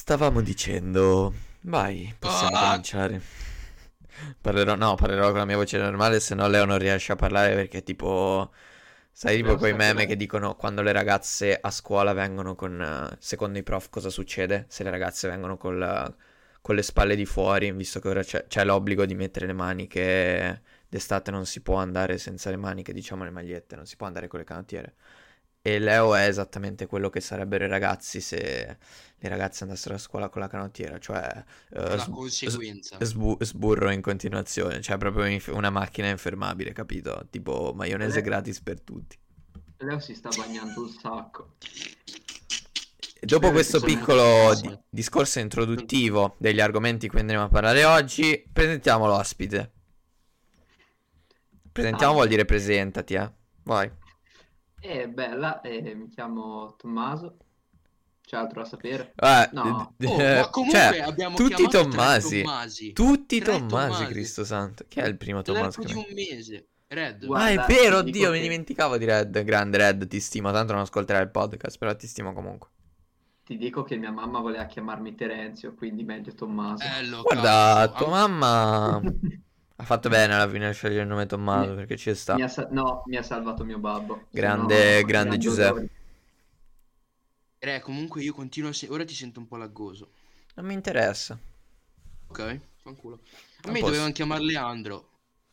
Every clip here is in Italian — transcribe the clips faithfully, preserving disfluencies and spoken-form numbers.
stavamo dicendo, vai, possiamo Ah, cominciare. Parlerò, no, parlerò con la mia voce normale, se no Leo non riesce a parlare perché tipo, sai, tipo Leo quei sta meme per... che dicono quando le ragazze a scuola vengono con, eh, secondo i prof cosa succede? Se le ragazze vengono col- con le spalle di fuori, visto che ora c'è, c'è l'obbligo di mettere le maniche, d'estate non si può andare senza le maniche, diciamo le magliette, non si può andare con le canottiere. E Leo è esattamente quello che sarebbero i ragazzi se le ragazze andassero a scuola con la canottiera, cioè è eh, la sb- s- conseguenza. sbu- sburro in continuazione, cioè proprio inf- una macchina infermabile, capito? Tipo maionese Leo, gratis per tutti. Leo si sta bagnando un sacco. E dopo Beve questo tipo mezzo piccolo di- ghiaccio. discorso introduttivo degli argomenti di cui andremo a parlare oggi, presentiamo l'ospite. Presentiamo vuol Salve. dire presentati, eh. Vai. È bella, e mi chiamo Tommaso. C'è altro da sapere? Eh, d- No, d- Oh, ma cioè, comunque abbiamo tutti chiamato tre Tommasi. Tommasi. Tutti Tre Tommasi, Tommasi. Cristo santo. Chi è il primo Tommaso Nell'arco che di mi... un mese. Red. Ah, è guarda, vero, ti dico oddio, me ne che, dimenticavo di Red. Grande Red, ti stimo. Tanto non ascolterai il podcast, però ti stimo comunque. ti dico che mia mamma voleva chiamarmi Terenzio, quindi meglio Tommaso. Bello, Guarda, cazzo. tua Am- mamma ha fatto bene alla fine a scegliere il nome Mi, Tommaso, perché ci mi sta. ha, sa- no, mi ha salvato mio babbo, se Grande, no grande grandi Giuseppe. odori. Re, comunque io continuo a... se- Ora ti sento un po' laggoso. Non mi interessa. Ok? Fanculo. A Non me posso. dovevano chiamare Leandro.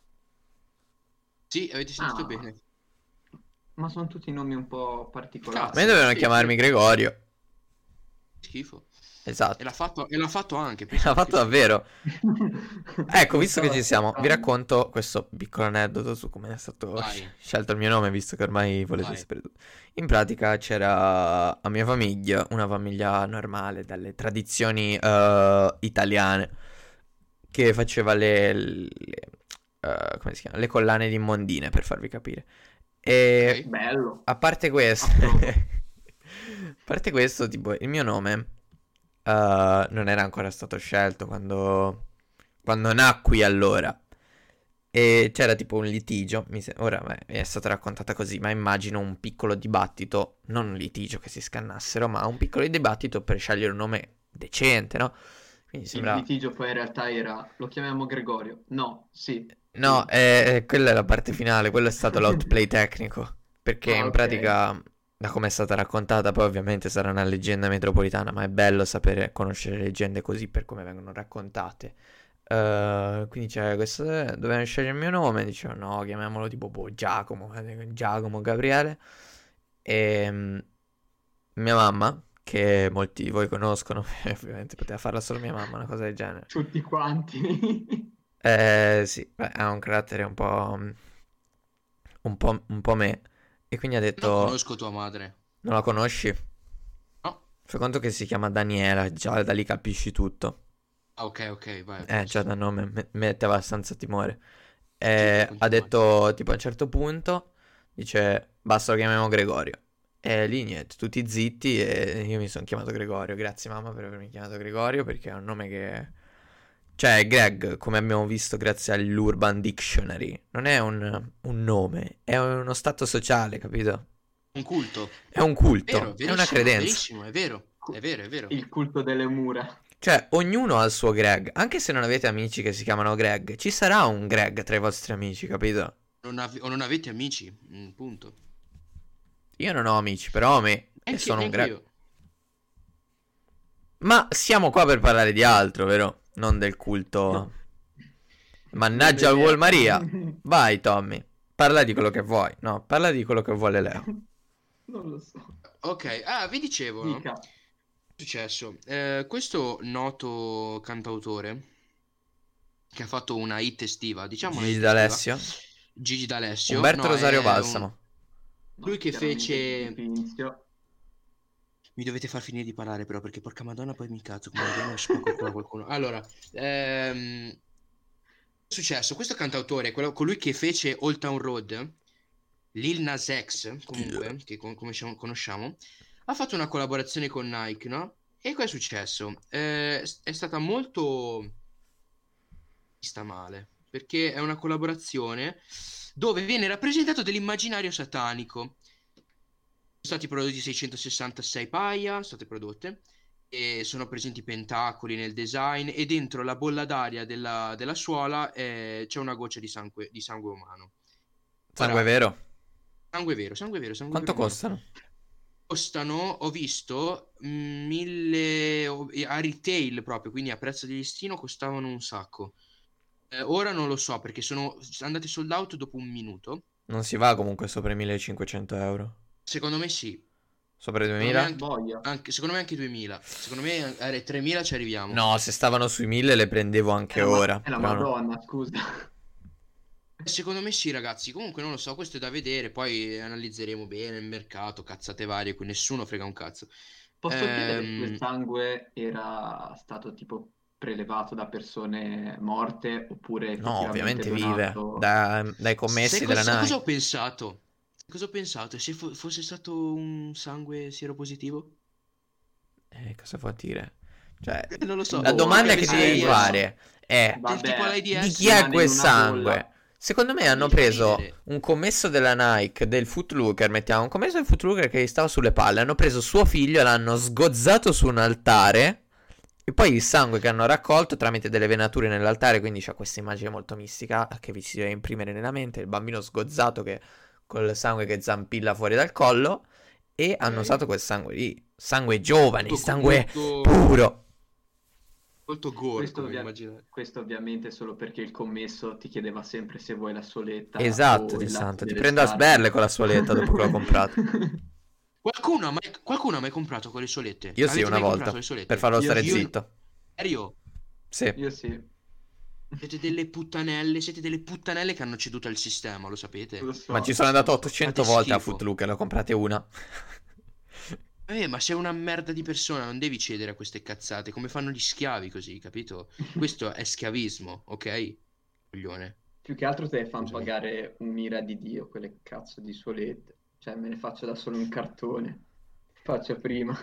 Sì, avete sentito Ah, bene. ma sono tutti nomi un po' A me particolari. Cazzo. dovevano Sì, chiamarmi sì. Gregorio. Schifo. E Esatto. l'ha fatto, e l'ha fatto anche. L'ha Pensate che fatto schifo. davvero. Ecco, Non visto che stavo ci siamo, vi aspettando. racconto questo piccolo aneddoto su come è stato Vai, scelto il mio nome, visto che ormai volete vai. sapere tutto. In pratica c'era a mia famiglia, una famiglia normale, dalle tradizioni eh, italiane, che faceva le, le- eh, come si chiama? Le collane di immondine, per farvi capire. E Ok. Bello, a parte questo, approvo. a parte questo, tipo, il mio nome eh, non era ancora stato scelto quando, quando nacqui allora. E c'era tipo un litigio, mi se- ora beh, è stata raccontata così, ma immagino un piccolo dibattito, non un litigio che si scannassero, ma un piccolo dibattito per scegliere un nome decente, no? Quindi Il sembra... litigio poi in realtà era, lo chiamiamo Gregorio. No, sì, No, sì. eh, eh, quella è la parte finale, quello è stato l'outplay tecnico, perché Ah, in ok. pratica, da come è stata raccontata, poi ovviamente sarà una leggenda metropolitana, ma è bello sapere, conoscere leggende così per come vengono raccontate. Eh, quindi c'è questo, eh, dovevano scegliere il mio nome, dicevo no, chiamiamolo tipo boh, Giacomo, eh, Giacomo Gabriele. E mm, mia mamma, che molti di voi conoscono, ovviamente poteva farla solo mia mamma, una cosa del genere. Tutti quanti. Eh sì, beh, ha un carattere un po', mm, un po', un po' me. E quindi ha Non detto, conosco tua madre. non la conosci? No. Fai conto che si chiama Daniela, già da lì capisci tutto. Ah, ok, ok, vai a Eh, già posto. da nome me- mette abbastanza timore. Sì, puoi E ha continuare. detto, tipo, a un certo punto, dice, basta, lo chiamiamo Gregorio. E lì niente, tutti zitti e io mi sono chiamato Gregorio. Grazie mamma per avermi chiamato Gregorio perché è un nome che... Cioè, Greg, come abbiamo visto grazie all'Urban Dictionary, non è un, un nome, è uno stato sociale, capito? Un culto. È un Vero, culto, è una verissimo, credenza. verissimo, è vero. È vero, è vero. Il culto delle mura. Cioè, ognuno ha il suo Greg. Anche se non avete amici che si chiamano Greg, ci sarà un Greg tra i vostri amici, capito? Non ave- o non avete amici, mm, punto. Io non ho amici, però ho me. E Neanche, sono un neanche Greg. io. Ma siamo qua per parlare di altro, vero? Non del culto. Non Mannaggia è al Wall vero. Maria. Vai, Tommy. Parla di quello che vuoi. No, parla di quello che vuole Leo. Non lo so. Ok, ah, vi dicevo, no? Dica. È successo? Eh, questo noto cantautore che ha fatto una hit estiva, diciamo una Gigi hit estiva, D'Alessio. Gigi D'Alessio, Umberto no, Rosario è un... Balsamo. No, lui che chiaramente Gigi fece... Pinzio. Mi dovete far finire di parlare però, perché porca madonna poi mi cazzo, come viene spacco il culo a qualcuno. Allora, ehm... è successo? Questo cantautore, quello, colui che fece Old Town Road, Lil Nas X, comunque, che con- come siamo- conosciamo, ha fatto una collaborazione con Nike, no? E cosa è successo? Eh, s- è stata molto vista male, perché è una collaborazione dove viene rappresentato dell'immaginario satanico. Sono stati prodotti seicentosessantasei paia, sono state prodotte, e sono presenti pentacoli nel design e dentro la bolla d'aria della, della suola eh, c'è una goccia di sangue, di sangue umano. Sangue Ora, vero? sangue vero, sangue vero, sangue Quanto vero mio. costano? Costano, ho visto, mm, mille o- a retail proprio, quindi a prezzo di listino costavano un sacco. Eh, ora non lo so perché sono andati sold out dopo un minuto. Non si va comunque sopra i millecinquecento euro. Secondo me sì. Sopra i Secondo me duemila? anche, Boia. anche- secondo me anche duemila. Secondo me a tremila ci arriviamo. No, se stavano sui mille le prendevo anche È la, ma- ora. è la però no. Madonna, scusa. Secondo me sì, ragazzi. Comunque non lo so, questo è da vedere. Poi analizzeremo bene il mercato, cazzate varie, qui nessuno frega un cazzo. Posso chiedere se Ehm, quel sangue era stato tipo prelevato da persone morte oppure No, effettivamente ovviamente vive. donato? Da- dai sai commessi cosa, della sai cosa Nike. ho pensato? Sai cosa ho pensato? Se fo- fosse stato un sangue sieropositivo? Eh, cosa vuol dire? Cioè, Eh, non lo so. la Boh, domanda che Potrebbe ti essere devi I S. fare è: Del tipo Vabbè, l'AIDS. di chi è rimane quel in una sangue? bolla. Secondo me Ma hanno mi fa preso ridere. un commesso della Nike, del Footlooker, mettiamo un commesso del Footlooker che gli stava sulle palle. Hanno preso suo figlio, l'hanno sgozzato su un altare. E poi il sangue che hanno raccolto tramite delle venature nell'altare. Quindi c'è questa immagine molto mistica che vi si deve imprimere nella mente. Il bambino sgozzato che col sangue che zampilla fuori dal collo. E hanno Ok. usato quel sangue lì. Sangue giovane, Molto, sangue molto, puro. molto gore, Questo, come ovvia- immaginare. questo ovviamente solo perché il commesso ti chiedeva sempre se vuoi la soletta Esatto, o Di il latte santo. Ti delle prendo a scarpe. sberle con la soletta dopo che l'ho comprato. Qualcuno ha mai, qualcuno ha mai comprato con le solette? Io sì, Avete una mai volta. comprato le solette? Per farlo Io stare sì. Io- zitto. Serio? Sì. Io sì, Siete delle puttanelle, siete delle puttanelle che hanno ceduto al sistema, lo sapete? lo so. Ma ci sono andato ottocento Fate volte a schifo. Footlooker, ne ho comprate una. Eh, ma sei una merda di persona, non devi cedere a queste cazzate, come fanno gli schiavi così, capito? Questo è schiavismo, ok? Coglione. Più che altro te le fanno Scusami. pagare un'ira di Dio, quelle cazzo di solette. Cioè, me ne faccio da solo un cartone. Faccio prima.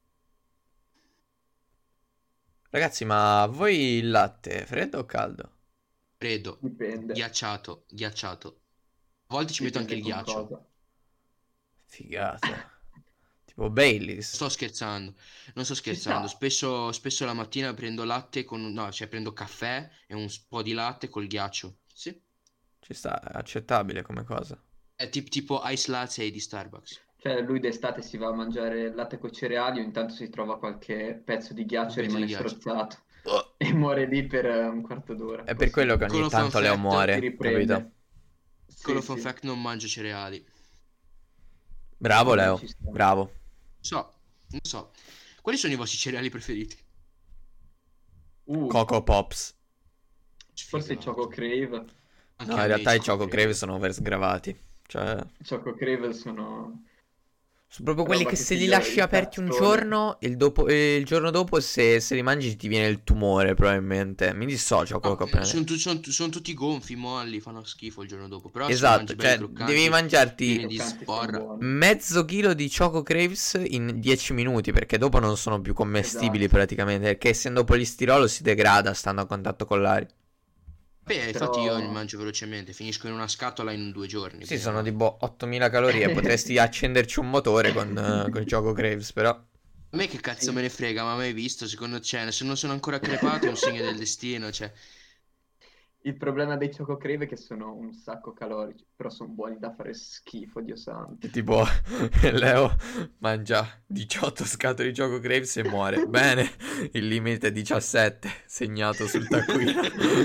Ragazzi, ma voi il latte, freddo o caldo? Freddo, Dipende. ghiacciato, ghiacciato. A volte ci metto anche il Dipende con ghiaccio. cosa. Figata. Tipo Baileys. Sto scherzando, non sto Ci scherzando. sta. Spesso, spesso la mattina prendo latte con... No, cioè prendo caffè e un po' di latte col ghiaccio. Sì. Ci sta, è accettabile come cosa. È tip- tipo ice latte di Starbucks. Cioè, lui d'estate si va a mangiare il latte con i cereali, o intanto si trova qualche pezzo di ghiaccio e Un pezzo di rimane ghiaccio. strozzato. Oh, E muore lì per eh, un quarto d'ora. è per quello che ogni Piccolo fun tanto Leo fact, Si muore, riprende. capito? Piccolo Sì, fun sì. fact, non mangio cereali. Bravo Vabbè, Leo, ci sta. bravo. So, non so. Quali sono i vostri cereali preferiti? Uh, Coco Pops. forse i Choco Crave. Anche No, a in me realtà i Choco Choco Crave. Crave sono oversgravati. Cioè, Choco Crave sono sono proprio quelli roba che che se ti li dà lasci il aperti un cazzone. giorno, il, dopo- eh, il giorno dopo se, se li mangi ti viene il tumore probabilmente. Mi dissocio quello che ho appena sono, detto. tu- son- sono tutti gonfi, molli, fanno schifo il giorno dopo. Però se li Esatto, mangi belli cioè croccanti, devi mangiarti pieni di croccanti, sono sporra. buoni. mezzo chilo di Choco Craves in dieci minuti perché dopo non sono più commestibili Esatto. praticamente perché essendo polistirolo si degrada stando a contatto con l'aria. Beh, infatti io li Però mangio velocemente, finisco in una scatola in due giorni. Sì, bene o sono male. tipo ottomila calorie, potresti accenderci un motore con, eh, con i Choco Craves però. A me che cazzo Sì. me ne frega, ma mai visto? Secondo te, se non sono ancora crepato è un segno del destino, cioè. il problema dei Choco Crave è che sono un sacco calorici, però sono buoni da fare schifo, Dio santo. E tipo Leo mangia diciotto scatole di Choco Craves e muore. Bene, il limite è diciassette segnato sul taccuino.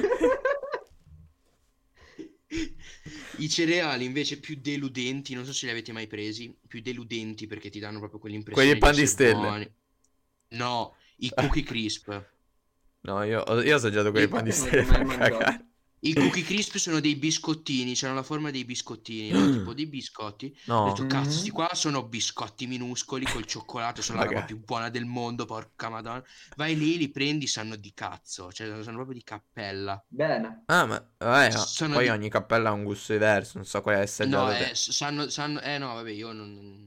I cereali invece più deludenti, non so se li avete mai presi, più deludenti perché ti danno proprio quell'impressione Quelli pan di di essere stelle. buoni. No, i cookie crisp. No, io, io ho assaggiato quelli I- pan di non li ho stelle mai per mangiati. cagare. I cookie crisp sono dei biscottini, hanno la forma dei biscottini, no? Tipo dei biscotti. Ho No, detto, cazzo, Mhm. sti qua sono biscotti minuscoli col cioccolato, sono la roba magari. più buona del mondo, porca madonna. Vai lì, li prendi, sanno di cazzo, cioè sono proprio di cappella. Bene. Ah, ma vabbè, ma Sono poi di... ogni cappella ha un gusto diverso, non so quale hai assaggiato No, te. eh, s- sanno, sanno... Eh no, vabbè, io non...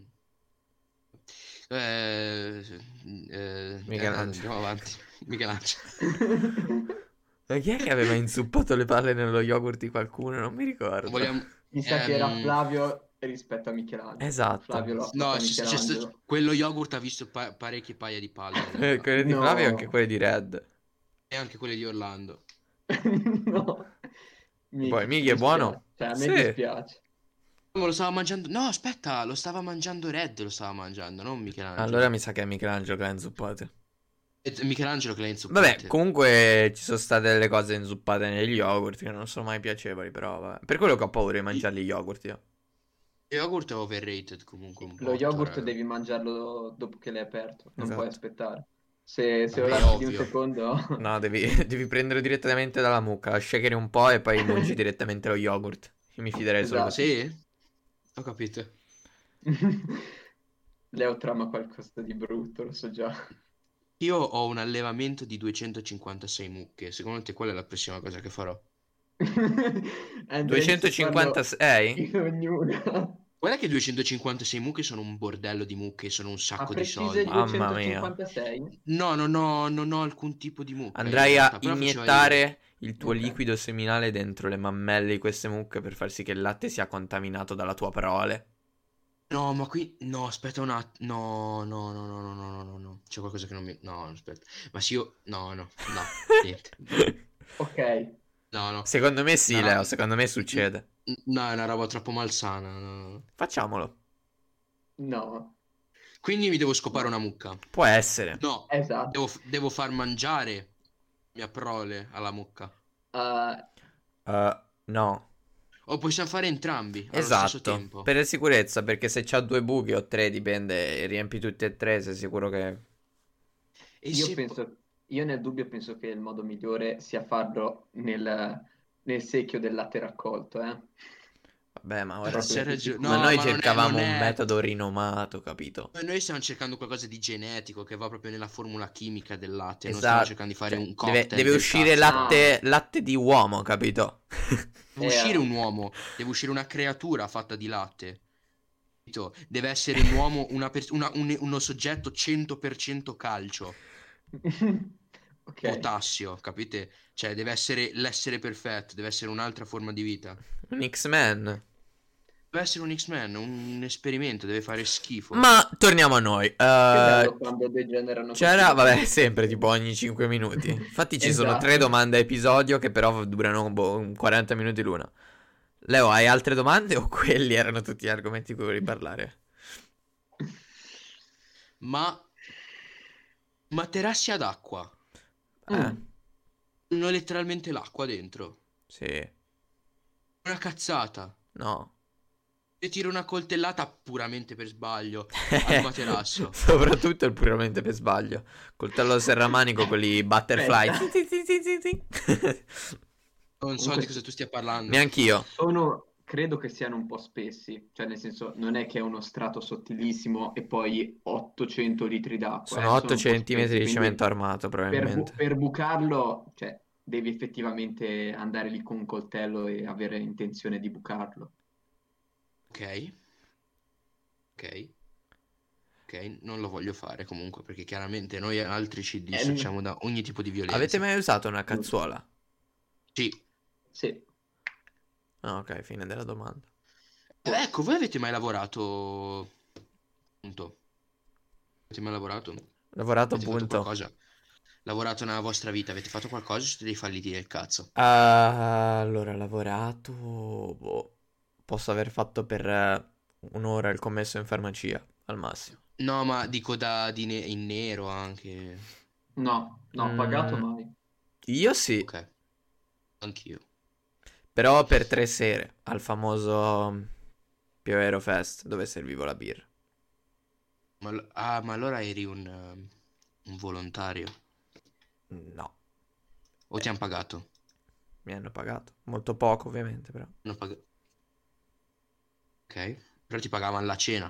Eh, eh, eh, Michelangelo. andiamo avanti. Michelangelo. Ma chi è che aveva inzuppato le palle nello yogurt di qualcuno? Non mi ricordo. Vogliamo... Mi sa che era ehm, Flavio rispetto a Michelangelo. Esatto. Flavio lo No, a c'è- c'è Michelangelo. sta- quello yogurt ha visto pa- parecchie paia di palle. in Eh, realtà. Quelli di No. Flavio e anche quelli di Red. E anche quelli di Orlando. No. Miki, Poi ci Mighi è buono? dispiace. Cioè, a me Sì. dispiace. Ma lo stava mangiando. No, aspetta, lo stava mangiando Red. Lo stava mangiando, non Michelangelo. Allora mi sa che è Michelangelo che l'ha inzuppate. È Michelangelo che l'ha inzuppate. Vabbè, comunque ci sono state delle cose inzuppate negli yogurt che non sono mai piacevoli, però vabbè. Per quello che ho paura di mangiare gli yogurt io. Il yogurt è overrated comunque un Lo po'. yogurt devi mangiarlo dopo che l'hai aperto, non Esatto. puoi aspettare. Se, se lo Vabbè, lasci di un ovvio. secondo... No, devi, devi prendere direttamente dalla mucca, la shakeri un po' e poi mangi direttamente lo yogurt. Io mi fiderei solo Esatto. così. Sì? Ho capito. Leo trama qualcosa di brutto, lo so già. Io ho un allevamento di duecentocinquantasei mucche. Secondo te qual è la prossima cosa che farò? Andrei duecentocinquantasei? in ognuna. Guarda che duecentocinquantasei mucche sono un bordello di mucche, sono un A sacco di precise soldi. Mamma mia. duecentocinquantasei? No, no, no, non ho alcun tipo di mucca. in Andrai a realtà, però faceva ridere. iniettare il tuo Ok. liquido seminale dentro le mammelle di queste mucche per far sì che il latte sia contaminato dalla tua prole. No, ma qui... No, aspetta un attimo. No, no, no, no, no, no, no, no, no. C'è qualcosa che non mi... No, aspetta. Ma se io... No, no, no, niente. Ok. No, no. Secondo me sì, No, no. Leo, secondo me succede. No, è una roba troppo malsana. no. Facciamolo. No. Quindi mi devo scopare una mucca. Può essere. No, Esatto. devo, devo far mangiare mia prole alla mucca. Uh, Uh, no. O possiamo fare entrambi allo stesso Esatto, tempo. per sicurezza, perché se c'ha due buchi o tre, dipende, e riempi tutti e tre, sei sicuro che... E io se- penso, io nel dubbio penso che il modo migliore sia farlo nel, nel secchio del latte raccolto, eh. Vabbè, ma ora... Proprio C'hai di ragione. sicuro. ma No, noi ma non è- cercavamo non un è- metodo rinomato, capito? Noi stiamo cercando qualcosa di genetico che va proprio nella formula chimica del latte. Non stiamo Esatto, cercando di fare cioè, un deve, cocktail deve del uscire cazzo. latte, latte di uomo, capito? Deve Eh, uscire un uomo, deve uscire una creatura fatta di latte. Capito? Deve essere un uomo, una pers- una- un- uno soggetto cento per cento calcio, Ok. potassio, capite? Cioè deve essere l'essere perfetto, deve essere un'altra forma di vita. Un X-Men. Deve essere un X-Men, un esperimento, deve fare schifo. Ma torniamo a noi. Che bello Uh, quando degenerano c'era, così. vabbè, sempre tipo ogni cinque minuti. Infatti ci sono Esatto. tre domande a episodio che però durano boh, un quaranta minuti l'una. Leo, hai altre domande o quelli erano tutti gli argomenti di cui volevi parlare? Ma materassi ad acqua, Eh, Mm. non letteralmente l'acqua dentro. sì. Una cazzata. No. E tiro una coltellata puramente per sbaglio al materasso. Soprattutto il puramente per sbaglio. Coltello serramanico con i butterfly. Non so Comunque- di cosa tu stia parlando. Neanch'io. Sono, credo che siano un po' spessi, cioè nel senso non è che è uno strato sottilissimo e poi ottocento litri d'acqua. Sono eh, otto un po' centimetri di spessi, cemento quindi armato, per, bu- probabilmente. per bucarlo, cioè, devi effettivamente andare lì con un coltello e avere intenzione di bucarlo. Ok. Ok. Ok, non lo voglio fare comunque perché chiaramente noi altri ci dissociamo da ogni tipo di violenza. Avete mai usato una cazzuola? Sì. Sì. Ah, ok, fine della domanda. Eh, ecco, voi avete mai lavorato... Punto. Avete mai lavorato? Lavorato Avete fatto appunto. qualcosa? Lavorato nella vostra vita? Avete fatto qualcosa o siete dei falliti del cazzo? Ah, allora, lavorato... boh, posso aver fatto per eh, un'ora il commesso in farmacia, al massimo. No, ma dico da di ne- in nero anche. No, no, Mm. pagato mai. Io sì, Ok. Anch'io. però per tre sere, al famoso mm, Pio Aero Fest, dove servivo la birra. Ma, all- ah, ma allora eri un, um, un volontario? No, O ti hanno pagato? mi hanno pagato. Molto poco, ovviamente, però. Hanno pag- Ok. Però ti pagavano la cena.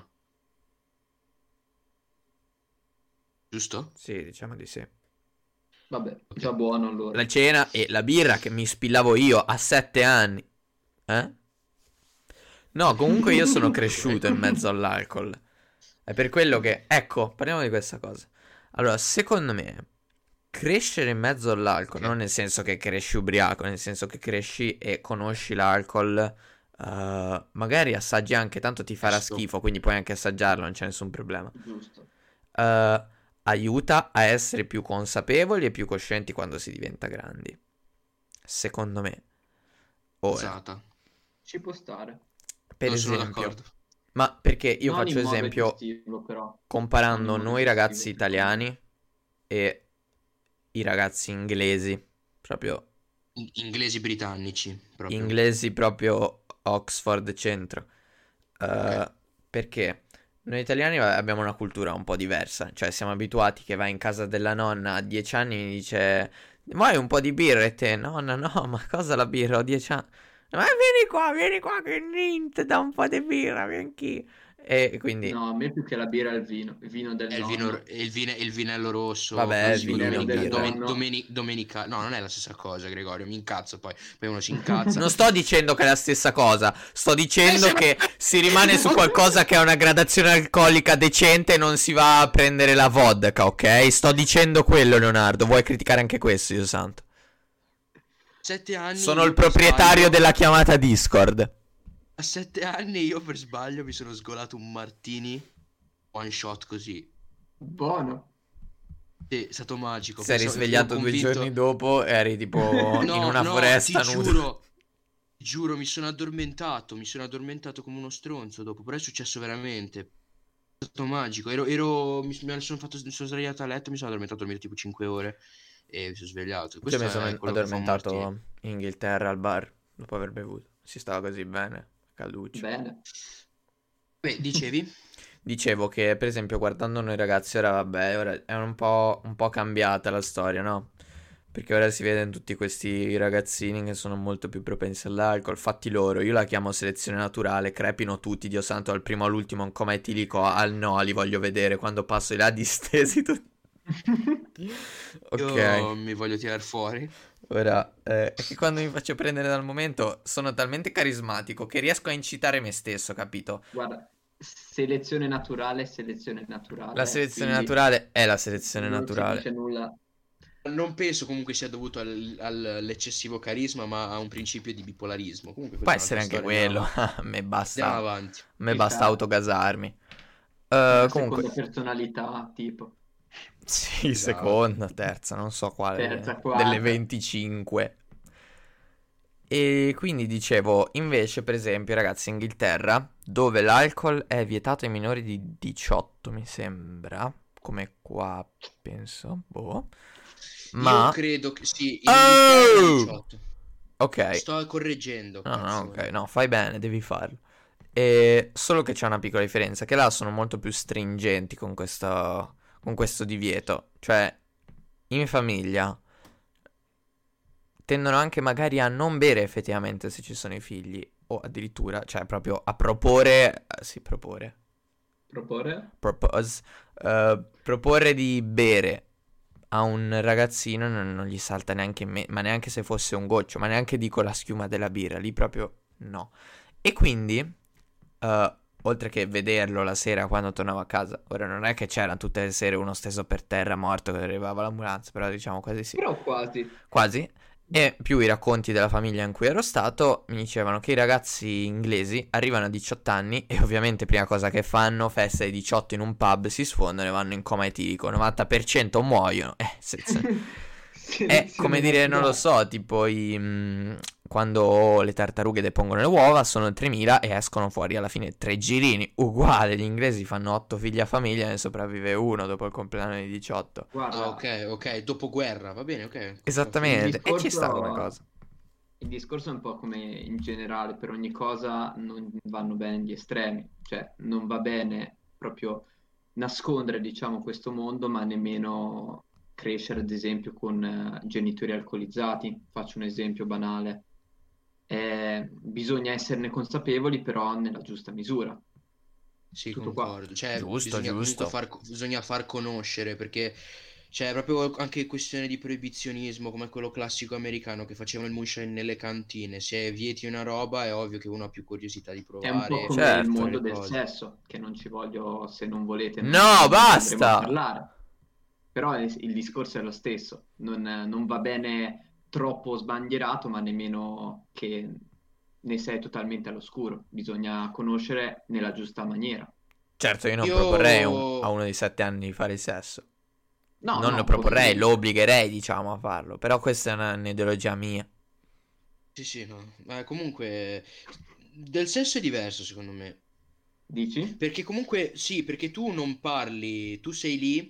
Giusto? Sì, diciamo di sì. Vabbè, già buono allora. La cena e la birra che mi spillavo io a sette anni. Eh? No, comunque io sono cresciuto in mezzo all'alcol. È per quello che... Ecco, parliamo di questa cosa. Allora, secondo me, crescere in mezzo all'alcol, Ok. non nel senso che cresci ubriaco, nel senso che cresci e conosci l'alcol Uh, magari assaggi anche, tanto ti farà Giusto. schifo, quindi puoi anche assaggiarlo, non c'è nessun problema. Giusto. Uh, aiuta a essere più consapevoli e più coscienti quando si diventa grandi. Secondo me. Ora, Usata. Ci può stare. per Non sono esempio, d'accordo. ma perché io Non faccio in modo esempio eccessivo, però. Non in comparando modo noi eccessivo, ragazzi secondo me. italiani e i ragazzi inglesi, proprio In- inglesi britannici, proprio. inglesi proprio Oxford centro. Uh, Ok. perché noi italiani va- abbiamo una cultura un po' diversa, cioè siamo abituati che vai in casa della nonna a dieci anni e mi dice vuoi un po' di birra e te nonna no, ma cosa la birra, ho dieci anni, ma vieni qua, vieni qua che Nint dà un po' di birra, vieni qui. E quindi No, a me più che la birra è il vino, il vino del È il vino, nonno, è il, vine- è il vinello rosso, vabbè, così, vino, vinello del domenica, birra. domen- nonno. domeni- domenica, no, non è la stessa cosa, Gregorio, mi incazzo poi, poi uno si incazza. Non sto dicendo che è la stessa cosa, sto dicendo Eh, se- che si rimane su qualcosa che ha una gradazione alcolica decente e non si va a prendere la vodka, ok? Sto dicendo quello, Leonardo. Vuoi criticare anche questo, Dio santo? Sette anni Sono io il per proprietario sbaglio- della chiamata Discord. A sette anni io per sbaglio mi sono sgolato un martini one shot così. Buono. Sì, è stato magico. Si è Pensavo- ero risvegliato due convinto- giorni dopo e eri tipo in No, una no, foresta ti nuda. giuro, ti giuro, mi sono addormentato, mi sono addormentato come uno stronzo dopo, però è successo veramente. È stato magico. Ero, ero, mi, mi sono fatto, mi sono sdraiato a letto, mi sono addormentato a dormire tipo cinque ore e mi sono svegliato. Io Questo mi sono è quello che fa un martini. addormentato in Inghilterra al bar dopo aver bevuto. Si stava così bene, calduccio. Bene. Beh, dicevi? Dicevo che, per esempio, guardando noi ragazzi, ora vabbè, ora è un po', un po' cambiata la storia, no? Perché ora si vedono tutti questi ragazzini che sono molto più propensi all'alcol. Fatti loro, io la chiamo selezione naturale, crepino tutti, Dio santo, dal primo all'ultimo, un coma etilico, al no, li voglio vedere quando passo i là distesi tutti. Ok, Io mi voglio tirare fuori. ora, eh, è che quando mi faccio prendere dal momento sono talmente carismatico che riesco a incitare me stesso, capito? Guarda, selezione naturale, selezione naturale. La selezione quindi naturale è la selezione non si naturale. dice nulla. Non penso comunque sia dovuto al- al- all'eccessivo carisma, ma a un principio di bipolarismo. Comunque Può questa è essere un'altra anche storia, quello. andiamo, A me andiamo basta, a avanti. me Ci basta sta. autogasarmi. Eh, Una comunque, seconda personalità, tipo. sì, Esatto. seconda, terza, non so quale, Terza, delle quarta. venticinque. E quindi dicevo, invece, per esempio, ragazzi, in Inghilterra, dove l'alcol è vietato ai minori di diciotto, mi sembra, come qua, penso, boh. Ma, Io credo che sì, in Oh! Inghilterra diciotto. ok, Sto correggendo, no, no, cazzone. ok, no, fai bene, devi farlo. E solo che c'è una piccola differenza, che là sono molto più stringenti con questo, con questo divieto. Cioè, in famiglia tendono anche magari a non bere effettivamente se ci sono i figli, o addirittura, cioè proprio a proporre, eh, sì, proporre, Proporre? propose, eh, proporre di bere a un ragazzino non, non gli salta neanche in mente, ma neanche se fosse un goccio, ma neanche dico la schiuma della birra, lì proprio no. E quindi, eh, oltre che vederlo la sera quando tornavo a casa, ora non è che c'era tutte le sere uno steso per terra morto che arrivava l'ambulanza, però diciamo quasi sì. Però quasi. Quasi. E più i racconti della famiglia in cui ero stato mi dicevano che i ragazzi inglesi arrivano a diciotto anni e ovviamente prima cosa che fanno, festa di diciotto in un pub, si sfondano e vanno in coma etilico, novanta per cento muoiono. Eh, se- È come dire, non lo so, tipo i, mh, quando le tartarughe depongono le uova sono tremila e escono fuori alla fine tre girini, uguale, gli inglesi fanno otto figli a famiglia e ne sopravvive uno dopo il compleanno di diciotto. Guarda, Ah, ok, ok, dopoguerra, va bene, ok. Esattamente, il e ci sta come discorso- cosa. il discorso è un po' come in generale, per ogni cosa non vanno bene gli estremi, cioè non va bene proprio nascondere, diciamo, questo mondo, ma nemmeno crescere, ad esempio, con eh, genitori alcolizzati. Faccio un esempio banale. Eh, bisogna esserne consapevoli, però nella giusta misura. Sì, Tutto qua. concordo. Cioè, Giusto, bisogna giusto. comunque far, bisogna far conoscere perché c'è proprio anche questione di proibizionismo come quello classico americano che facevano il moonshine nelle cantine. Se vieti una roba è ovvio che uno ha più curiosità di È un po' provare. come Certo. il mondo le del cose. sesso, che non ci voglio, se non volete, non, No, non andremo basta! a parlare. Però il, il discorso è lo stesso. Non, non va bene troppo sbandierato, ma nemmeno che ne sei totalmente all'oscuro, bisogna conoscere nella giusta maniera. Certo, io non Io... proporrei a, un- a uno di sette anni di fare il sesso. No, Non lo no, proporrei, ovviamente. lo obbligherei, diciamo, a farlo. Però questa è una- un'ideologia mia. Sì, sì, no. Ma comunque del sesso è diverso secondo me. Dici? Perché comunque sì, perché tu non parli, tu sei lì,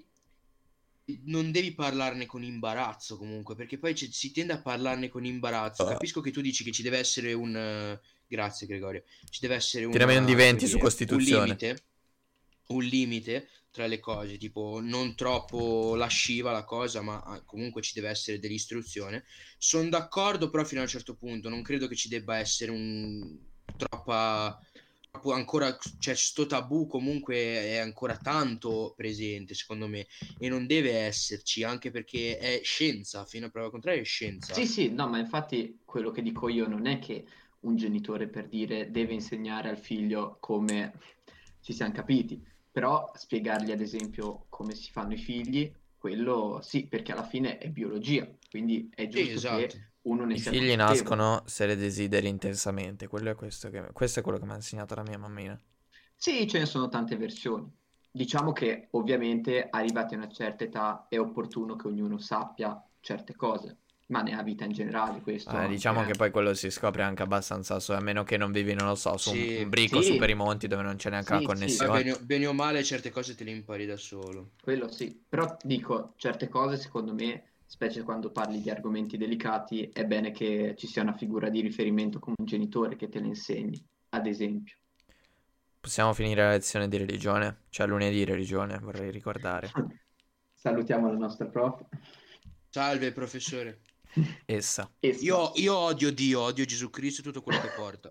non devi parlarne con imbarazzo comunque, perché poi ci- si tende a parlarne con imbarazzo. Uh, Capisco che tu dici che ci deve essere un... eh, Grazie Gregorio. Ci deve essere tirami un di una, come venti su dire, un Costituzione. limite, un limite tra le cose, tipo non troppo lasciva la cosa, ma ah, comunque ci deve essere dell'istruzione. Sono d'accordo, però fino a un certo punto non credo che ci debba essere un troppa troppo ancora, cioè sto tabù comunque è ancora tanto presente secondo me e non deve esserci, anche perché è scienza, fino a prova contraria è scienza. Sì, sì, no, ma infatti quello che dico io non è che un genitore per dire deve insegnare al figlio come ci siamo capiti, però spiegargli ad esempio come si fanno i figli, quello sì, perché alla fine è biologia, quindi è Sì, giusto esatto. che uno ne I sia figli consapevole. nascono se le desideri intensamente. Quello è questo, che, questo è quello che mi ha insegnato la mia mammina. Sì, ce ne sono tante versioni. Diciamo che ovviamente arrivati a una certa età è opportuno che ognuno sappia certe cose, ma nella vita in generale questo Eh, anche, diciamo che eh. poi quello si scopre anche abbastanza su, a meno che non vivi, non lo so, su un, un Sì, brico su per i Sì, monti dove non c'è neanche la sì, sì, ma connessione. bene, o bene o male certe cose te le impari da solo. quello sì. Però dico, certe cose secondo me, specie quando parli di argomenti delicati, è bene che ci sia una figura di riferimento come un genitore che te le insegni, ad esempio. Possiamo finire la lezione di religione? Cioè lunedì religione, vorrei ricordare. Salutiamo la nostra prof. Salve professore. Essa. Essa. Io, io odio Dio, odio Gesù Cristo e tutto quello che porta.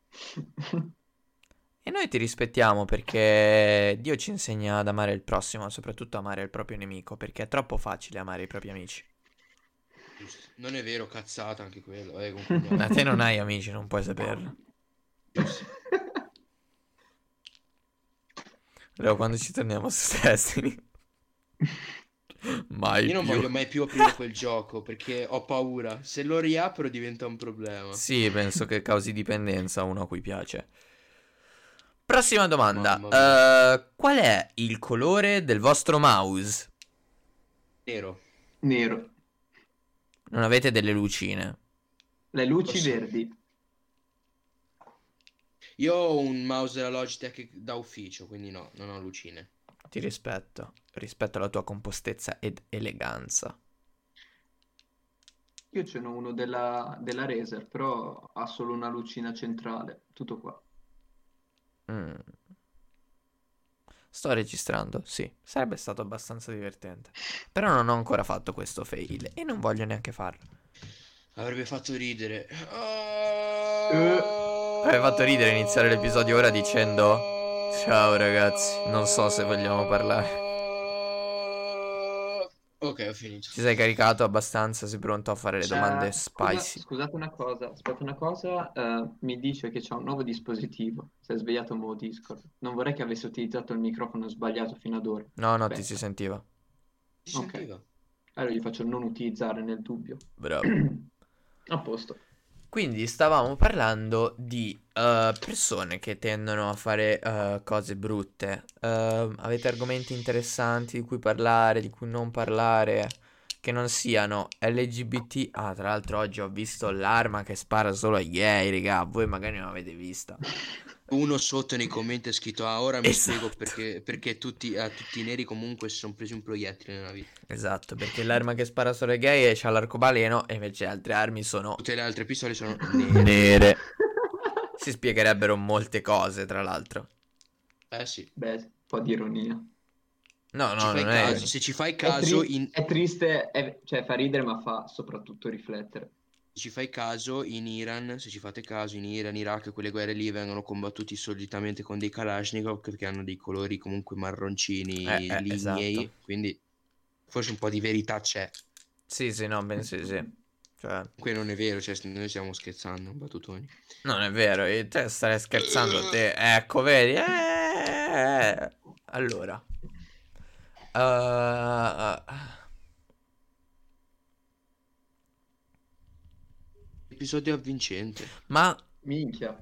E noi ti rispettiamo perché Dio ci insegna ad amare il prossimo, soprattutto amare il proprio nemico, perché è troppo facile amare i propri amici. Giusto. Non è vero, cazzata anche quello. Eh, comunque Ma andiamo. te non hai amici, non puoi saperlo. Giusto. Leo, quando ci torniamo su Destiny? Mai Io non più. voglio mai più aprire quel gioco perché ho paura. Se lo riapro diventa un problema. Sì, penso che causi dipendenza a uno a cui piace. Prossima domanda. Mamma mia. Eh, qual è il colore del vostro mouse? Nero. Nero. Non avete delle lucine? Le Lo luci so. verdi. Io ho un mouse della Logitech da ufficio, quindi no, non ho lucine. Ti rispetto. Rispetto alla tua compostezza ed eleganza. Io ce n'ho uno della, della Razer, però ha solo una lucina centrale. Tutto qua. Mm. Sto registrando, sì. Sarebbe stato abbastanza divertente. Però non ho ancora fatto questo fail e non voglio neanche farlo. Avrebbe fatto ridere. Eh. Avrebbe fatto ridere iniziare l'episodio ora dicendo: ciao ragazzi, non so se vogliamo parlare. Ok, ho finito. Ti sei caricato abbastanza? Sei pronto a fare le domande Eh, scusa, spicy? scusate una cosa, aspetta una cosa, eh, mi dice che c'è un nuovo dispositivo, si è svegliato un nuovo Discord. Non vorrei che avesse utilizzato il microfono sbagliato fino ad ora. No, no, ti si Aspetta, sentiva. Si ok. sentiva? Allora gli faccio non utilizzare nel dubbio. Bravo. A posto. Quindi stavamo parlando di eh, persone che tendono a fare eh, cose brutte. Eh, avete argomenti interessanti di cui parlare, di cui non parlare, che non siano L G B T? Ah, tra l'altro oggi ho visto l'arma che spara solo ai gay, raga. Voi magari non l'avete vista. Uno sotto nei commenti ha scritto: Ah, ora mi spiego Esatto. perché, perché tutti, a tutti i neri comunque si sono presi un proiettile nella vita. Esatto, perché l'arma che spara solo ai gay c'ha l'arcobaleno e invece le altre armi sono Tutte le altre pistole sono nere. nere. Si spiegherebbero molte cose, tra l'altro. Eh sì. Beh, un po' di ironia. No, Ci no, fai non è... caso, se ci fai È, caso, tri- in, è triste, è- cioè fa ridere ma fa soprattutto riflettere. se ci fai caso in Iran, se ci fate caso in Iran, Iraq, quelle guerre lì vengono combattuti solitamente con dei Kalashnikov perché hanno dei colori comunque Eh, marroncini eh, esatto. lignei, quindi forse un po' di verità c'è. Sì, sì, no, ben sì, sì. Cioè, Qui non è vero, cioè noi stiamo scherzando, battutoni. non è vero, e te stai scherzando te. Ecco, vedi? Eh, allora. Uh, Episodio avvincente. ma Minchia.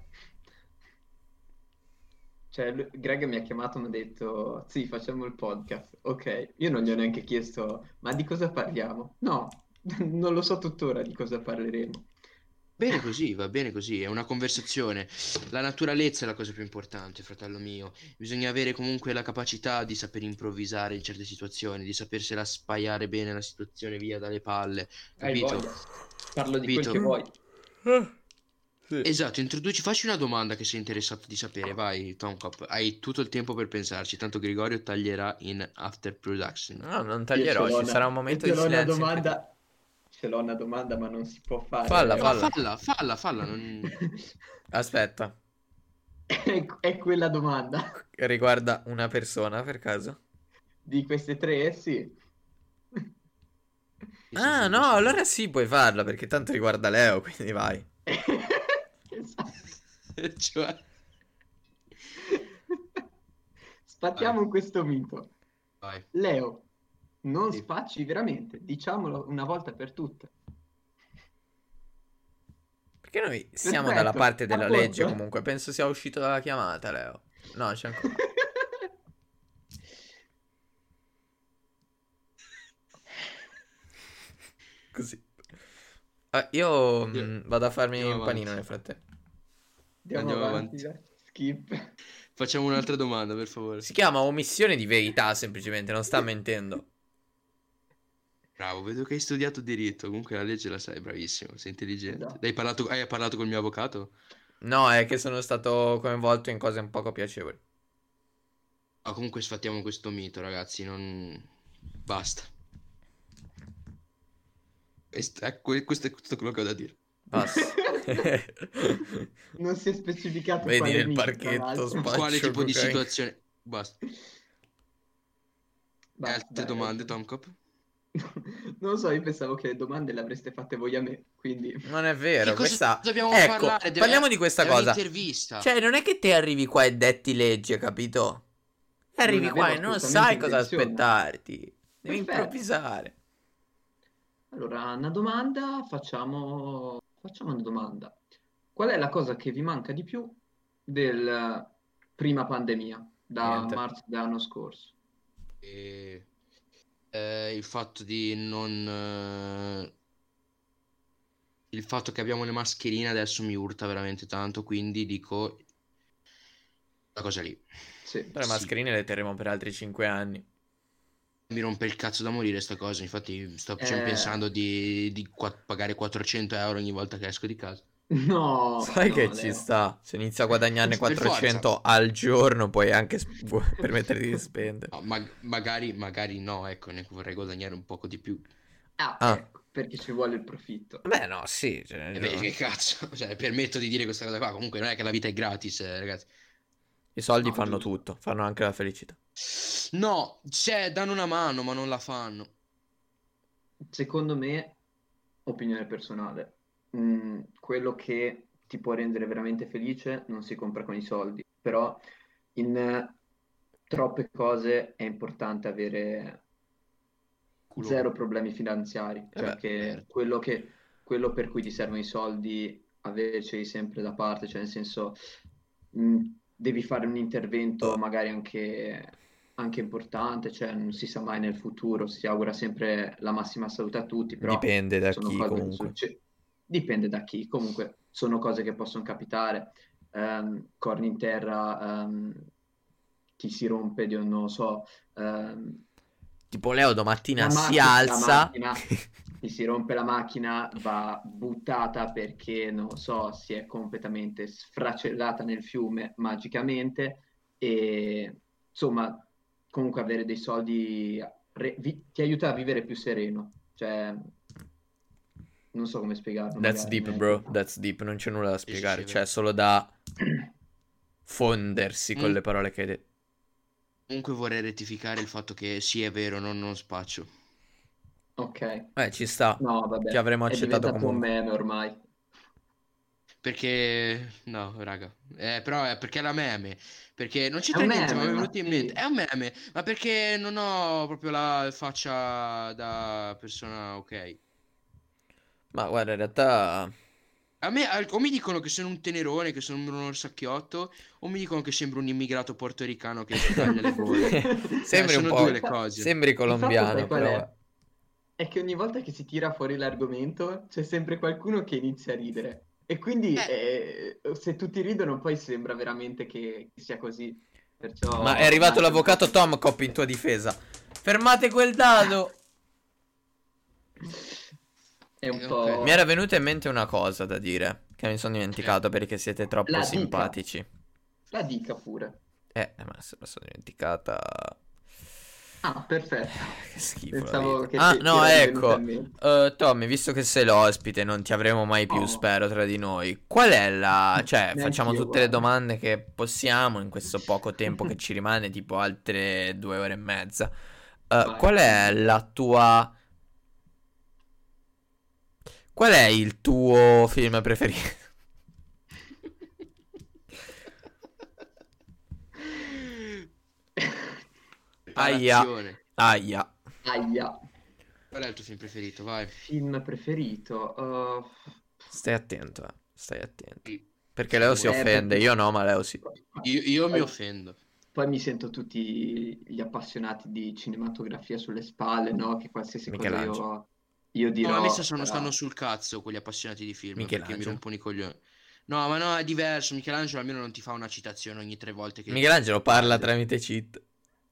Cioè, lui- Greg mi ha chiamato e mi ha detto, sì, facciamo il podcast. Ok, io non gli ho neanche chiesto, ma di cosa parliamo? No, non lo so tuttora di cosa parleremo. Bene così, va bene così, è una conversazione. La naturalezza è la cosa più importante, fratello mio. Bisogna avere comunque la capacità di saper improvvisare in certe situazioni, di sapersela spaiare bene la situazione via dalle palle, Hai capito? voglia. Parlo di quel che Capito? vuoi. Sì. Esatto, introduci, facci una domanda che sei interessato di sapere, vai, Tomcop. Hai tutto il tempo per pensarci, tanto Gregorio taglierà in after production. No, non Io ce taglierò, l'ho ci una, sarà un momento ce di l'ho una silenzio incredibile. domanda, ce l'ho una domanda, ma non si può fare, Falla, Leo. Ma falla. falla, falla, falla, non... Aspetta, È, è quella domanda. riguarda una persona per caso? Di queste tre, sì. Che senso Ah, di no, queste tre? allora sì, puoi farla perché tanto riguarda Leo, quindi vai. Esatto. Cioè... Vai, Sfattiamo questo mito. vai. Leo, non Sì. spacci veramente, diciamolo una volta per tutte. Perché noi siamo dalla Perfetto, parte a della legge posto. comunque. Penso sia uscito dalla chiamata, Leo. No, c'è ancora. Così. Ah, io Andiamo, mm, vado a farmi andiamo un panino avanti. nel frattempo. Andiamo Andiamo avanti, avanti. dai. Skip. Facciamo un'altra domanda, per favore. Si chiama omissione di verità, semplicemente, non sta mentendo. Bravo, vedo che hai studiato diritto. Comunque la legge la sai, bravissimo, sei intelligente. Esatto. Hai parlato, hai parlato col mio avvocato? No, è che sono stato coinvolto in cose un poco piacevoli. Ah, comunque sfattiamo questo mito, ragazzi. Non... Basta. Questo, ecco, questo è tutto quello che ho da dire. Basta. Non si è specificato Vedi quale nel mito, tra parchetto, l'altro. Quale spaccio tipo di cocaina. situazione? Basta. E Basta, altre dai, domande, adesso. Tomcop? Non lo so, io pensavo che le domande le avreste fatte voi a me, quindi... Non è Che vero, cosa questa... dobbiamo Ecco, parlare? Deve- parliamo È, di questa è cosa. un'intervista. Cioè, non è che te arrivi qua e detti legge, capito? Non Arrivi qua avevo e non assolutamente sai cosa intenzione. aspettarti. Devi Perfetto. improvvisare. Allora, una domanda, facciamo... facciamo una domanda. Qual è la cosa che vi manca di più del prima pandemia, da Niente. marzo dell'anno scorso? E, eh, il fatto di non... eh, il fatto che abbiamo le mascherine adesso mi urta veramente tanto, quindi dico la cosa lì. Sì. Però le Sì, mascherine le terremo per altri cinque anni. mi rompe il cazzo da morire sta cosa, infatti sto cioè, Eh, pensando di, di qua- pagare quattrocento euro ogni volta che esco di casa. no, Sai che no, ci Leo. sta? Se inizi a guadagnarne Per forza. quattrocento al giorno, puoi anche sp- permetterti di spendere. No, ma- magari, magari no, ecco, ne vorrei guadagnare un poco di più. Ah, Ah, ecco, perché ci vuole il profitto. beh, no, sì. Cioè, E beh, no. che cazzo, cioè, permetto di dire questa cosa qua, comunque non è che la vita è gratis, eh, ragazzi. I soldi No, fanno giusto. tutto, fanno anche la felicità. No, cioè, danno una mano, ma non la fanno. Secondo me, opinione personale, mm, quello che ti può rendere veramente felice non si compra con i soldi, però in eh, troppe cose è importante avere Culo zero problemi finanziari, Eh cioè beh, che aperto. quello che, quello per cui ti servono i soldi, averceli sempre da parte, cioè nel senso mh, devi fare un intervento magari anche, anche importante, cioè non si sa mai nel futuro, si augura sempre la massima salute a tutti, però dipende da sono chi cose che comunque. succedono, dipende da chi, comunque sono cose che possono capitare, ehm, corni in terra, ehm, ti si rompe, di, non lo so, ehm, Tipo Leo la domattina si macchina, la alza. macchina, ti si rompe la macchina, va buttata perché, non lo so, si è completamente sfracellata nel fiume magicamente e insomma, comunque avere dei soldi re- vi- ti aiuta a vivere più sereno. Cioè, non so come spiegarlo That's magari deep, bro. meglio. That's deep. Non c'è nulla da Sì, sì, sì, spiegare. è C'è vero. solo da fondersi con Comun- le parole che hai detto. Comunque vorrei rettificare il fatto che sì, è vero, non, non spaccio. Ok. Eh, ci sta. No, Ti vabbè, avremmo è accettato diventato un comunque. meme ormai. Perché, no, raga, eh, però è perché è la meme. Perché non È un c'entra niente, ma mi meme, è ma venuto in mente. sì. È un meme, ma perché non ho proprio la faccia da persona ok. Ma guarda, in realtà A me al- o mi dicono che sono un tenerone, che sono un orsacchiotto, o mi dicono che sembro un immigrato portoricano che si taglia le bolle. Eh, Sembri un sono po', due le cose. sembri Il fatto, colombiano, sai qual però. è? È che ogni volta che si tira fuori l'argomento c'è sempre qualcuno che inizia a ridere. E quindi Eh, eh, se tutti ridono poi sembra veramente che, che sia così. Ma è Perciò arrivato nasce un po' l'avvocato così. Tom Cop in tua difesa. Fermate quel dado! È un eh, ok. Mi era po'... venuta in mente una cosa da dire, che mi sono Eh, dimenticato perché siete troppo La dica, simpatici. la dica pure. Eh, ma se la sono dimenticata. Ah, perfetto. Che schifo la Pensavo vita. che Ah, ti, ti no, era rivenuta ecco. in mente. Eh, Tommy, visto che sei l'ospite, non ti avremo mai più, Oh, spero, tra di noi. Qual è la... Cioè, facciamo neanch'io, tutte le guarda. domande che possiamo in questo poco tempo che ci rimane, tipo altre due ore e mezza. Eh, Vai, qual è sentiamo. la tua... Qual è il tuo film preferito? Aia, Preparazione. aia. Aia. Qual è il tuo film preferito? Vai. Film preferito? Uh, Stai attento, eh. Stai attento. Sì, Perché Leo si sicuro. eh, offende, perché... io no, ma Leo sì. Io, io mi Poi, offendo. poi mi sento tutti gli appassionati di cinematografia sulle spalle, no? Che qualsiasi cosa Michelangelo. io, io No, a me sta- dirò sono, stanno sarà... sul cazzo quelli appassionati di film perché mi Michelangelo. rompono i coglioni. No, ma no, è diverso. Michelangelo almeno non ti fa una citazione ogni tre volte che Michelangelo parla parli. tramite cheat.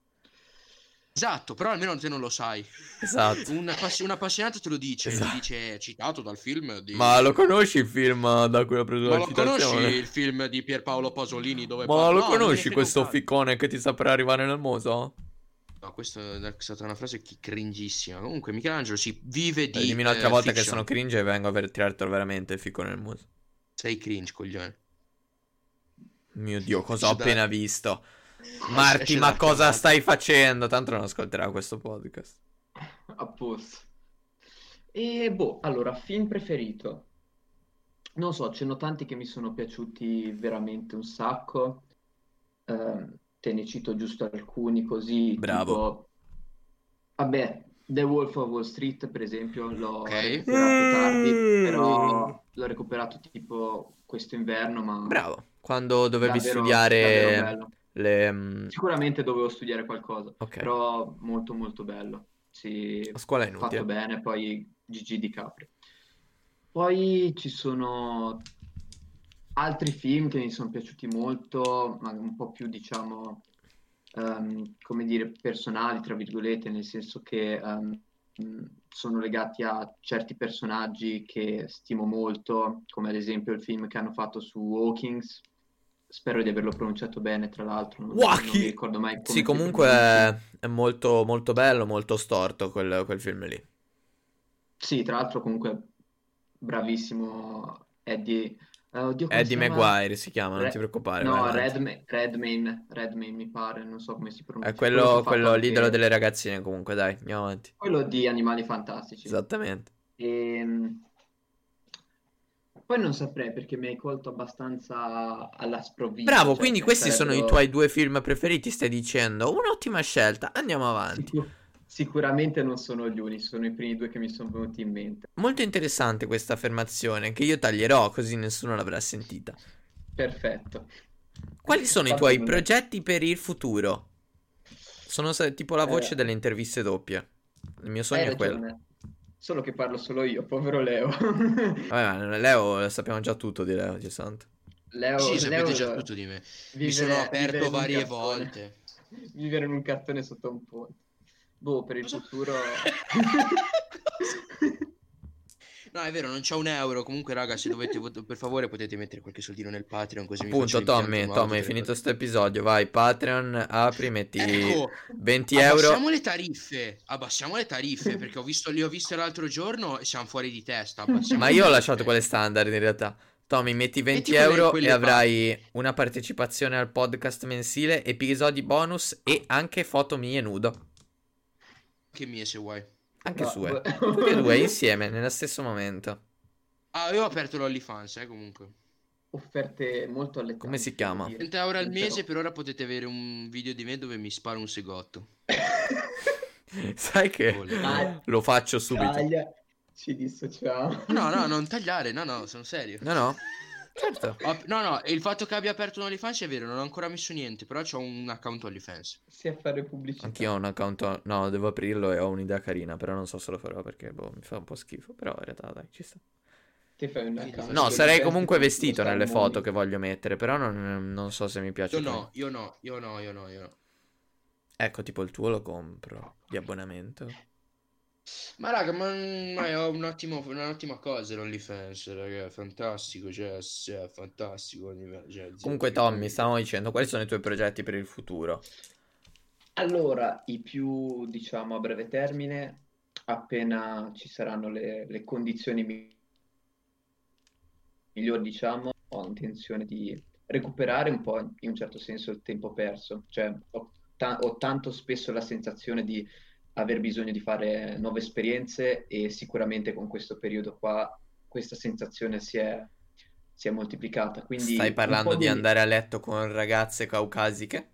Esatto, però almeno te non lo sai. Esatto. Un, appass- un appassionato te lo dice, Esatto. ti dice "È citato dal film di... Ma lo conosci il film da cui ho preso Ma la lo conosci citazione? il film di Pierpaolo Pasolini dove Ma parla... lo No, non me ne conosci frega un questo cazzo. ficcone che ti sta per arrivare nel muso? No, questa è stata una frase chi- cringissima. Comunque Michelangelo si vive Dai, di dimmi un'altra eh, volta che fiction. sono cringe e vengo a ver- tirartelo veramente il ficcone nel muso. Sei cringe, coglione. Mio Dio, cosa ho Esce dalla- appena visto? esce Marti, ma dalla cosa chiamata. stai facendo? Tanto non ascolterà questo podcast. A posto. E boh, allora, film preferito. Non so, ce n'ho tanti che mi sono piaciuti veramente un sacco. Ehm, te ne cito giusto alcuni così, Bravo. tipo... Vabbè, The Wolf of Wall Street, per esempio, l'ho Ok. recuperato tardi, però l'ho recuperato tipo questo inverno, ma Bravo. Quando dovevi davvero, davvero studiare bello. le... mm, Sicuramente dovevo studiare qualcosa, Ok. però molto molto bello. Sì, A scuola è fatto inutile. bene, poi Gigi Di Capri. Poi ci sono altri film che mi sono piaciuti molto, ma un po' più, diciamo, ehm, come dire, personali, tra virgolette, nel senso che ehm, mh, sono legati a certi personaggi che stimo molto, come ad esempio il film che hanno fatto su Hawkins. Spero di averlo pronunciato bene, tra l'altro, non, non mi Wacky! ricordo mai Sì, come si comunque pronunci. è, è molto, molto bello, molto storto quel, quel film lì. Sì, tra l'altro comunque bravissimo Eddie. Eh, oddio, come si Eddie chiama? Maguire si chiama, non ti Re- preoccupare, vai No, avanti. Redma- Redmayne, Redmayne mi pare, non so come si È pronuncia. Quello che ha quello, fatto quello l'idolo anche delle ragazzine comunque, dai, andiamo avanti. quello di Animali Fantastici. Esattamente. Ehm, Poi non saprei perché mi hai colto abbastanza alla sprovvista, Bravo, cioè quindi ce ne questi sono i sarebbero tuoi due film preferiti, stai dicendo? Un'ottima scelta, andiamo avanti. sicu- sicuramente non sono gli unici, sono i primi due che mi sono venuti in mente. Molto interessante questa affermazione, che io taglierò così nessuno l'avrà sentita. Perfetto. Quali sono i Tanto tuoi non è- progetti per il futuro? Sono sa- tipo la voce Eh, delle interviste doppie. Il mio hai sogno è quello. ragione, solo che parlo solo io, povero Leo. Vabbè, ma Leo, sappiamo già tutto di Leo, Dio santo. Leo, Sì, sapete già Leo tutto di me. Mi sono vivere, aperto vivere in un varie cartone, volte. vivere in un cartone sotto un ponte. Boh, per il Cosa? futuro... No, è vero, non c'è un euro. Comunque, raga, se dovete, vot- per favore, potete mettere qualche soldino nel Patreon così mi faccio Appunto, l'impianto Tommy, nuovo. Tommy, hai delle finito cose. sto episodio, vai, Patreon, apri, metti Ecco, venti euro. abbassiamo le tariffe. Abbassiamo le tariffe perché ho visto, le ho viste l'altro giorno e siamo fuori di testa. Abbassiamo Ma le io ho tariffe. lasciato quelle standard in realtà. Tommy, metti venti Metti quelle- euro quelle e avrai una partecipazione al podcast mensile, episodi bonus e anche foto mie nudo. Che mie se vuoi. Anche No, sue. boh. Tutte e due insieme, nello stesso momento. Ah, io ho aperto l'OnlyFans, eh, comunque. Offerte molto allettanti, Come si devo chiama? dire. trenta euro al Non ce mese, l'ho. per ora potete avere un video di me dove mi sparo un segotto. Sai che Volevo. Dai, lo faccio subito. Caglia. Ci dissociamo. No, no, non tagliare, no, no, sono serio. No, no, certo. Ho- No, no, e il fatto che abbia aperto un OnlyFans è vero, non ho ancora messo niente, però c'ho un account OnlyFans. Si a fare pubblicità. Anch'io ho un account, no, devo aprirlo e ho un'idea carina, però non so se lo farò perché boh, mi fa un po' schifo, però in realtà dai, ci sta. Ti fai un Sì, account. No, Sì, sarei di comunque vesti con vestito lo nelle salmone. foto che voglio mettere, però non, non so se mi piace Io poi. no, io no, io no, io no, io no. Ecco, tipo il tuo lo compro di abbonamento. Ma raga, ma, ma è un ottimo, un'ottima cosa l'OnlyFans, raga, è fantastico, cioè, cioè, è fantastico. Cioè, zio, Comunque che Tommy, poi- stavamo dicendo, quali sono i tuoi progetti per il futuro? Allora, i più, diciamo, a breve termine, appena ci saranno le, le condizioni mi- migliori, diciamo, ho intenzione di recuperare un po' in un certo senso il tempo perso. Cioè, ho, ta- ho tanto spesso la sensazione di aver bisogno di fare nuove esperienze e sicuramente con questo periodo qua questa sensazione si è, si è moltiplicata. Quindi Stai un parlando po' di di... andare a letto con ragazze caucasiche?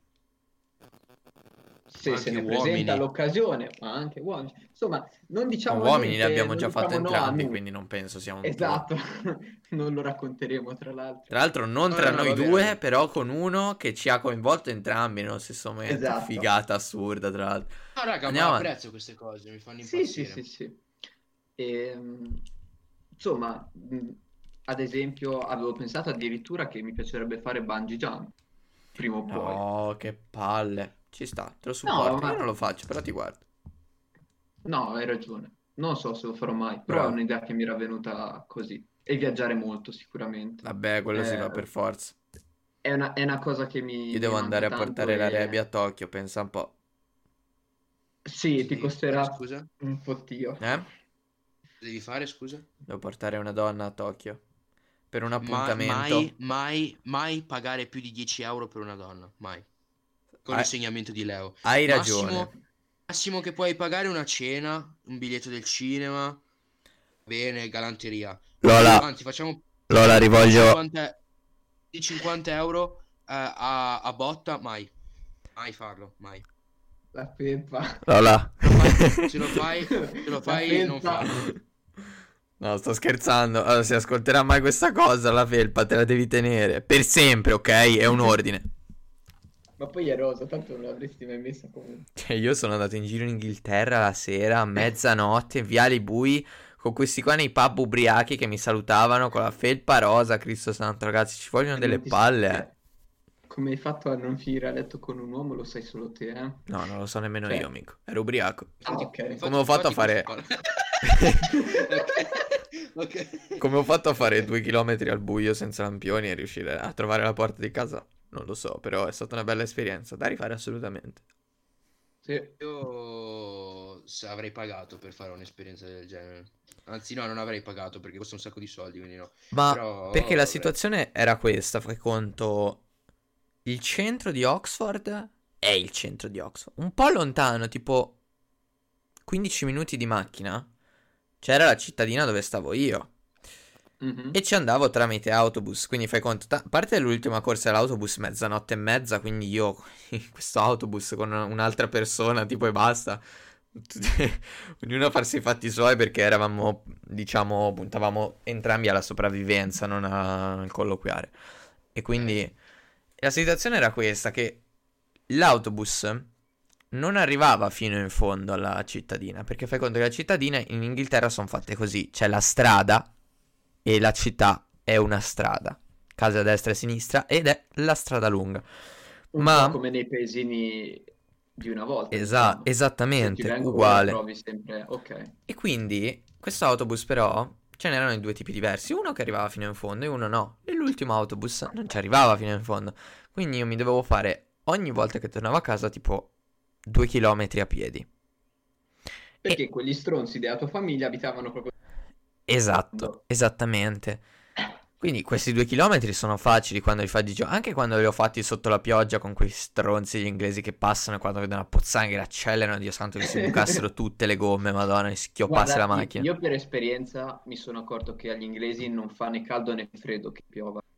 se se Anche ne presenta uomini. l'occasione, ma anche uomini. Insomma, non Con diciamo uomini li niente, abbiamo non già fatto diciamo no a entrambi, nulla. quindi non penso sia un tuo. Esatto, non lo racconteremo tra l'altro. Tra l'altro non No, tra no, no, noi va bene, due, va bene. però con uno che ci ha coinvolto entrambi nello stesso momento. Esatto. Figata assurda, tra l'altro. No, raga, Andiamo ma avanti. apprezzo queste cose, mi fanno Sì, sì, impazzire. sì, sì. Ehm, insomma, mh, ad esempio, avevo pensato addirittura che mi piacerebbe fare bungee jump, prima o poi. No, che palle. Ci sta, te lo No, supporto. Io ma non lo faccio, però ti guardo. no, hai ragione. Non so se lo farò mai, però è Bravo. un'idea che mi era venuta così. E viaggiare molto, sicuramente. Vabbè, quello si fa Eh, per forza. è una, è una cosa che mi, Io mi devo manca andare a tanto portare la Rebbia a e Tokyo, pensa un po'. sì, Cosa ti devi fare, costerà scusa? un pottio. Eh? Cosa devi fare, scusa? Devo portare una donna a Tokyo. Per un Ma- mai, appuntamento. mai, mai pagare più di dieci euro per una donna, mai. Con Hai, l'insegnamento di Leo. hai Massimo, ragione. massimo che puoi pagare una cena, un biglietto del cinema, bene, galanteria. Lola, Anzi, facciamo Lola, più di rivoglio. cinquanta, di cinquanta euro eh, a, a botta, mai. Mai farlo, mai. La felpa. Lola. Se lo fai, se lo fai, se lo La fai, non felpa. farlo. No, sto scherzando. Allora, se ascolterà mai questa cosa, la felpa te la devi tenere. Per sempre, ok? È un ordine. Ma poi è rosa, tanto non l'avresti mai messa comunque. Cioè, io sono andato in giro in Inghilterra la sera, a mezzanotte, viali bui, con questi qua nei pub ubriachi che mi salutavano con la felpa rosa. Cristo santo, ragazzi, ci vogliono E delle non ti- palle. eh. eh, Come hai fatto a non finire a letto con un uomo lo sai solo te, eh? No, non lo so nemmeno Cioè- io, amico. Ero ubriaco. Ah, ok. Infatti- Come ho fatto a infatti fare- questo parla- Ok, ok. Come ho fatto a fare due chilometri al buio senza lampioni e riuscire a trovare la porta di casa? Non lo so, però è stata una bella esperienza. Da rifare assolutamente. Sì. Io se avrei pagato per fare un'esperienza del genere. Anzi, no, non avrei pagato perché costa un sacco di soldi, quindi no. Ma Però, perché la vabbè. situazione era questa, fai conto, il centro di Oxford è il centro di Oxford, un po' lontano, tipo quindici minuti di macchina, c'era la cittadina dove stavo io Mhm. e ci andavo tramite autobus, quindi fai conto, ta- a parte l'ultima corsa dell'autobus mezzanotte e mezza, quindi io in questo autobus con un'altra persona, tipo e basta, ognuno a farsi i fatti suoi perché eravamo, diciamo, puntavamo entrambi alla sopravvivenza, non a- al colloquiare. E quindi la situazione era questa, che l'autobus non arrivava fino in fondo alla cittadina, perché fai conto che la cittadina in Inghilterra sono fatte così, c'è la strada e la città è una strada, case a destra e a sinistra ed è la strada lunga. Un Ma po' come nei paesini di una volta, Esa- diciamo. Se ti esattamente, vengono uguale. trovi sempre... Ok. E quindi questo autobus però ce n'erano in due tipi diversi, uno che arrivava fino in fondo e uno no. E l'ultimo autobus non ci arrivava fino in fondo. Quindi io mi dovevo fare ogni volta che tornavo a casa tipo due chilometri a piedi. Perché quegli stronzi della tua famiglia abitavano proprio... Esatto, esattamente. Quindi questi due chilometri sono facili quando li fai di giorno, anche quando li ho fatti sotto la pioggia con quei stronzi gli inglesi che passano e quando vedono la pozzanghera accelerano, Dio santo che si bucassero tutte le gomme, madonna, e si schioppasse Guarda, la io- macchina. io per esperienza mi sono accorto che agli inglesi non fa né caldo né freddo che piova.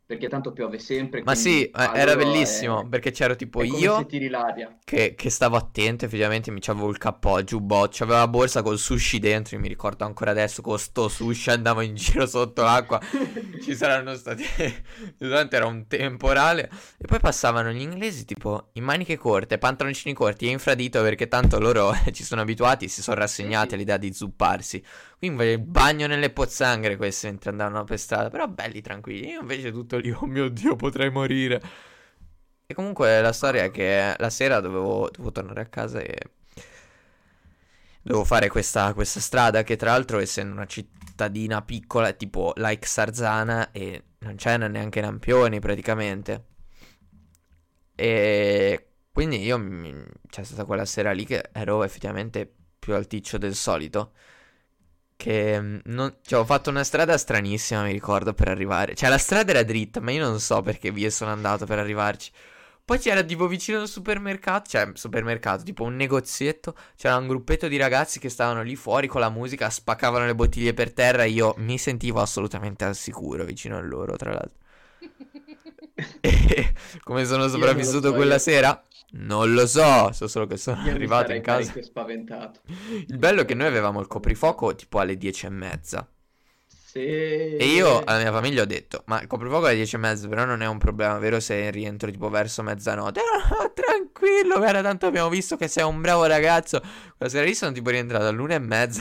perché tanto piove sempre, Ma quindi sì, eh, a era loro bellissimo, è, perché c'ero tipo è come se io tiri l'aria. che, che stavo attento, effettivamente mi c'avevo il cappotto, il giubbotto, c'avevo la borsa col sushi dentro, io mi ricordo ancora adesso, con sto sushi andavo in giro sotto l'acqua, ci saranno stati, durante era un temporale, e poi passavano gli inglesi tipo in maniche corte, pantaloncini corti e infradito, perché tanto loro ci sono abituati, si sono Sì, rassegnati sì. all'idea di zupparsi. Quindi il bagno nelle pozzanghere questi mentre andavano per strada, però belli tranquilli, io invece tutto lì, oh mio Dio, potrei morire. E comunque la storia è che la sera dovevo, dovevo tornare a casa e dovevo fare questa, questa strada che tra l'altro essendo una cittadina piccola è tipo like Sarzana e non c'erano neanche lampioni praticamente. E quindi io mi- c'è stata quella sera lì che ero effettivamente più alticcio del solito. Che mm, non, cioè, ho fatto una strada stranissima, mi ricordo, per arrivare. Cioè, la strada era dritta, ma io non so perché vie sono andato per arrivarci. Poi c'era tipo vicino al supermercato, cioè supermercato, tipo un negozietto, c'era un gruppetto di ragazzi che stavano lì fuori con la musica, spaccavano le bottiglie per terra e io mi sentivo assolutamente al sicuro vicino a loro, tra l'altro. E come sono Io non lo sopravvissuto so, quella io, sera? Non lo so, so solo che sono io mi arrivato in sarei casa. parecchio spaventato. Il Mi bello è che sarei noi avevamo parecchio il spaventato. coprifuoco tipo alle dieci e mezza. E io Se... alla mia famiglia ho detto, ma il coprifuoco alle dieci e mezza però non è un problema, vero, se rientro tipo verso mezzanotte? No, tranquillo, cara, tanto abbiamo visto che sei un bravo ragazzo. Quella sera lì sono tipo rientrato all'una e mezza.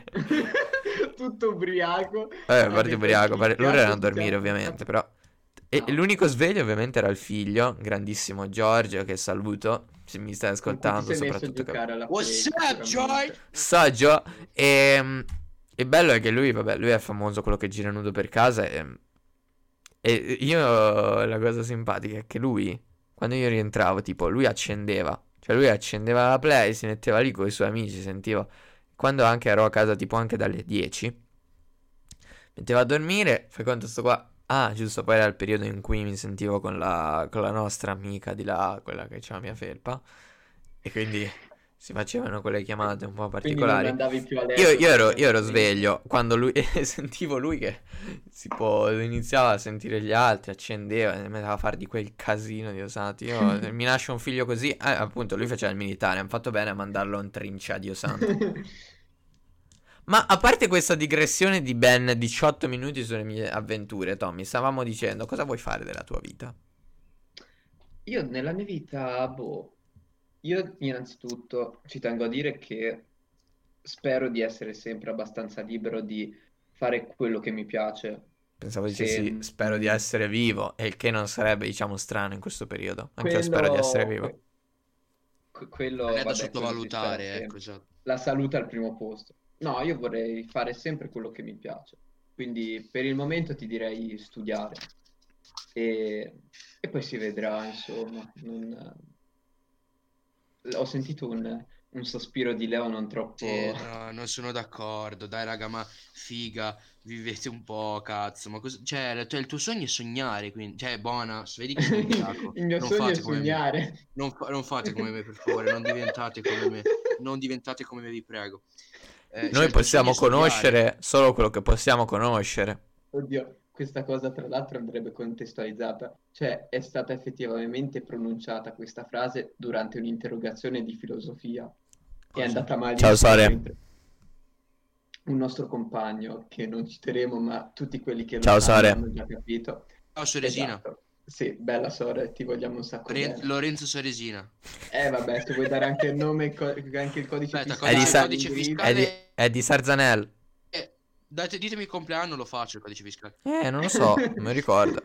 Tutto ubriaco, Vabbè, a parte anche te ubriaco, a parte- loro erano picchiato, a tutti dormire attaccati. ovviamente, però. E e No, l'unico sveglio ovviamente era il figlio, grandissimo Giorgio, che saluto, se mi stai con cui ti ascoltando sei messo a soprattutto. Che... giocare alla What's Play, up, Joy? sicuramente. Saggio. E il bello è che lui, vabbè, lui è famoso quello che gira nudo per casa e, e io la cosa simpatica è che lui, quando io rientravo, tipo, lui accendeva, cioè lui accendeva la Play, si metteva lì con i suoi amici, sentiva, quando anche ero a casa tipo anche dalle dieci, metteva a dormire, fai conto sto qua. Ah, giusto, poi era il periodo in cui mi sentivo con la, con la nostra amica di là, quella che c'ha la mia felpa, e quindi si facevano quelle chiamate un po' Quindi non particolari. andavi più a Io, letto io ero, io ero praticamente. sveglio quando lui sentivo lui che si può, iniziava a sentire gli altri, accendeva e mi metteva a fare di quel casino Dio santo. Io mi nasce un figlio così, eh, appunto lui faceva il militare, hanno fatto bene a mandarlo in trincia, Dio santo. Ma a parte questa digressione di ben diciotto minuti sulle mie avventure, Tommy, stavamo dicendo cosa vuoi fare della tua vita? Io nella mia vita, boh, io innanzitutto ci tengo a dire che spero di essere sempre abbastanza libero di fare quello che mi piace. Pensavo Se dicessi spero di mm, essere vivo, e il che non sarebbe, diciamo, strano in questo periodo. Anch'io spero di essere quello, vivo. que- que- Non quello, è da vabbè, quello si spera sottovalutare, ecco, sempre. esatto. La salute al primo posto. No, io vorrei fare sempre quello che mi piace. Quindi per il momento ti direi studiare e, e poi si vedrà, insomma. Non- Ho sentito un, un sospiro di Leo non troppo... Sì, no, non sono d'accordo. Dai, raga, ma figa, vivete un po', cazzo. Ma cos- cioè, cioè, il tuo sogno è sognare, quindi... Cioè, buona, vedi che sono ubriaco. Il mio Non sogno è fate come me. sognare. Non, fa- non fate come me, per favore. Non diventate come me. Non diventate come me, vi prego. Eh, cioè, Noi il tuo sogno è possiamo studiare. conoscere solo quello che possiamo conoscere. Oddio, questa cosa tra l'altro andrebbe contestualizzata. Cioè, è stata effettivamente pronunciata questa frase durante un'interrogazione di filosofia. È Cosa? andata Ciao malissimo Sore. mentre un nostro compagno, che non citeremo, ma tutti quelli che lo Ciao sanno Sore. hanno già capito. Ciao, Soresina. Esatto. Sì, bella Sore, ti vogliamo un sacco Loren- bene. Lorenzo Soresina. Eh vabbè, se vuoi dare anche il nome, e co- anche il codice Aspetta, È di, fiscale, codice, Sa- codice l'indirizzo. è di, fiscale. è di Sarzanel. Eh, date- ditemi il compleanno, lo faccio il codice fiscale. Eh, non lo so, non mi ricordo.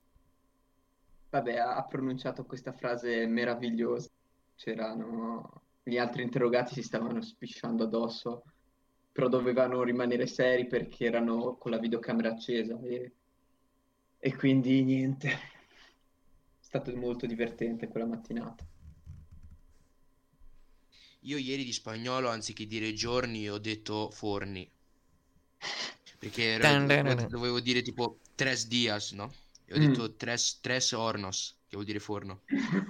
Vabbè, ha ha pronunciato questa frase meravigliosa. C'erano gli altri interrogati si stavano spisciando addosso, però dovevano rimanere seri perché erano con la videocamera accesa e, e quindi niente. È stato molto divertente quella mattinata. Io ieri di spagnolo, anziché dire giorni, ho detto forni. Perché era- dovevo dire tipo tres días, no? E ho Mm. detto tres, tres hornos, che vuol dire forno.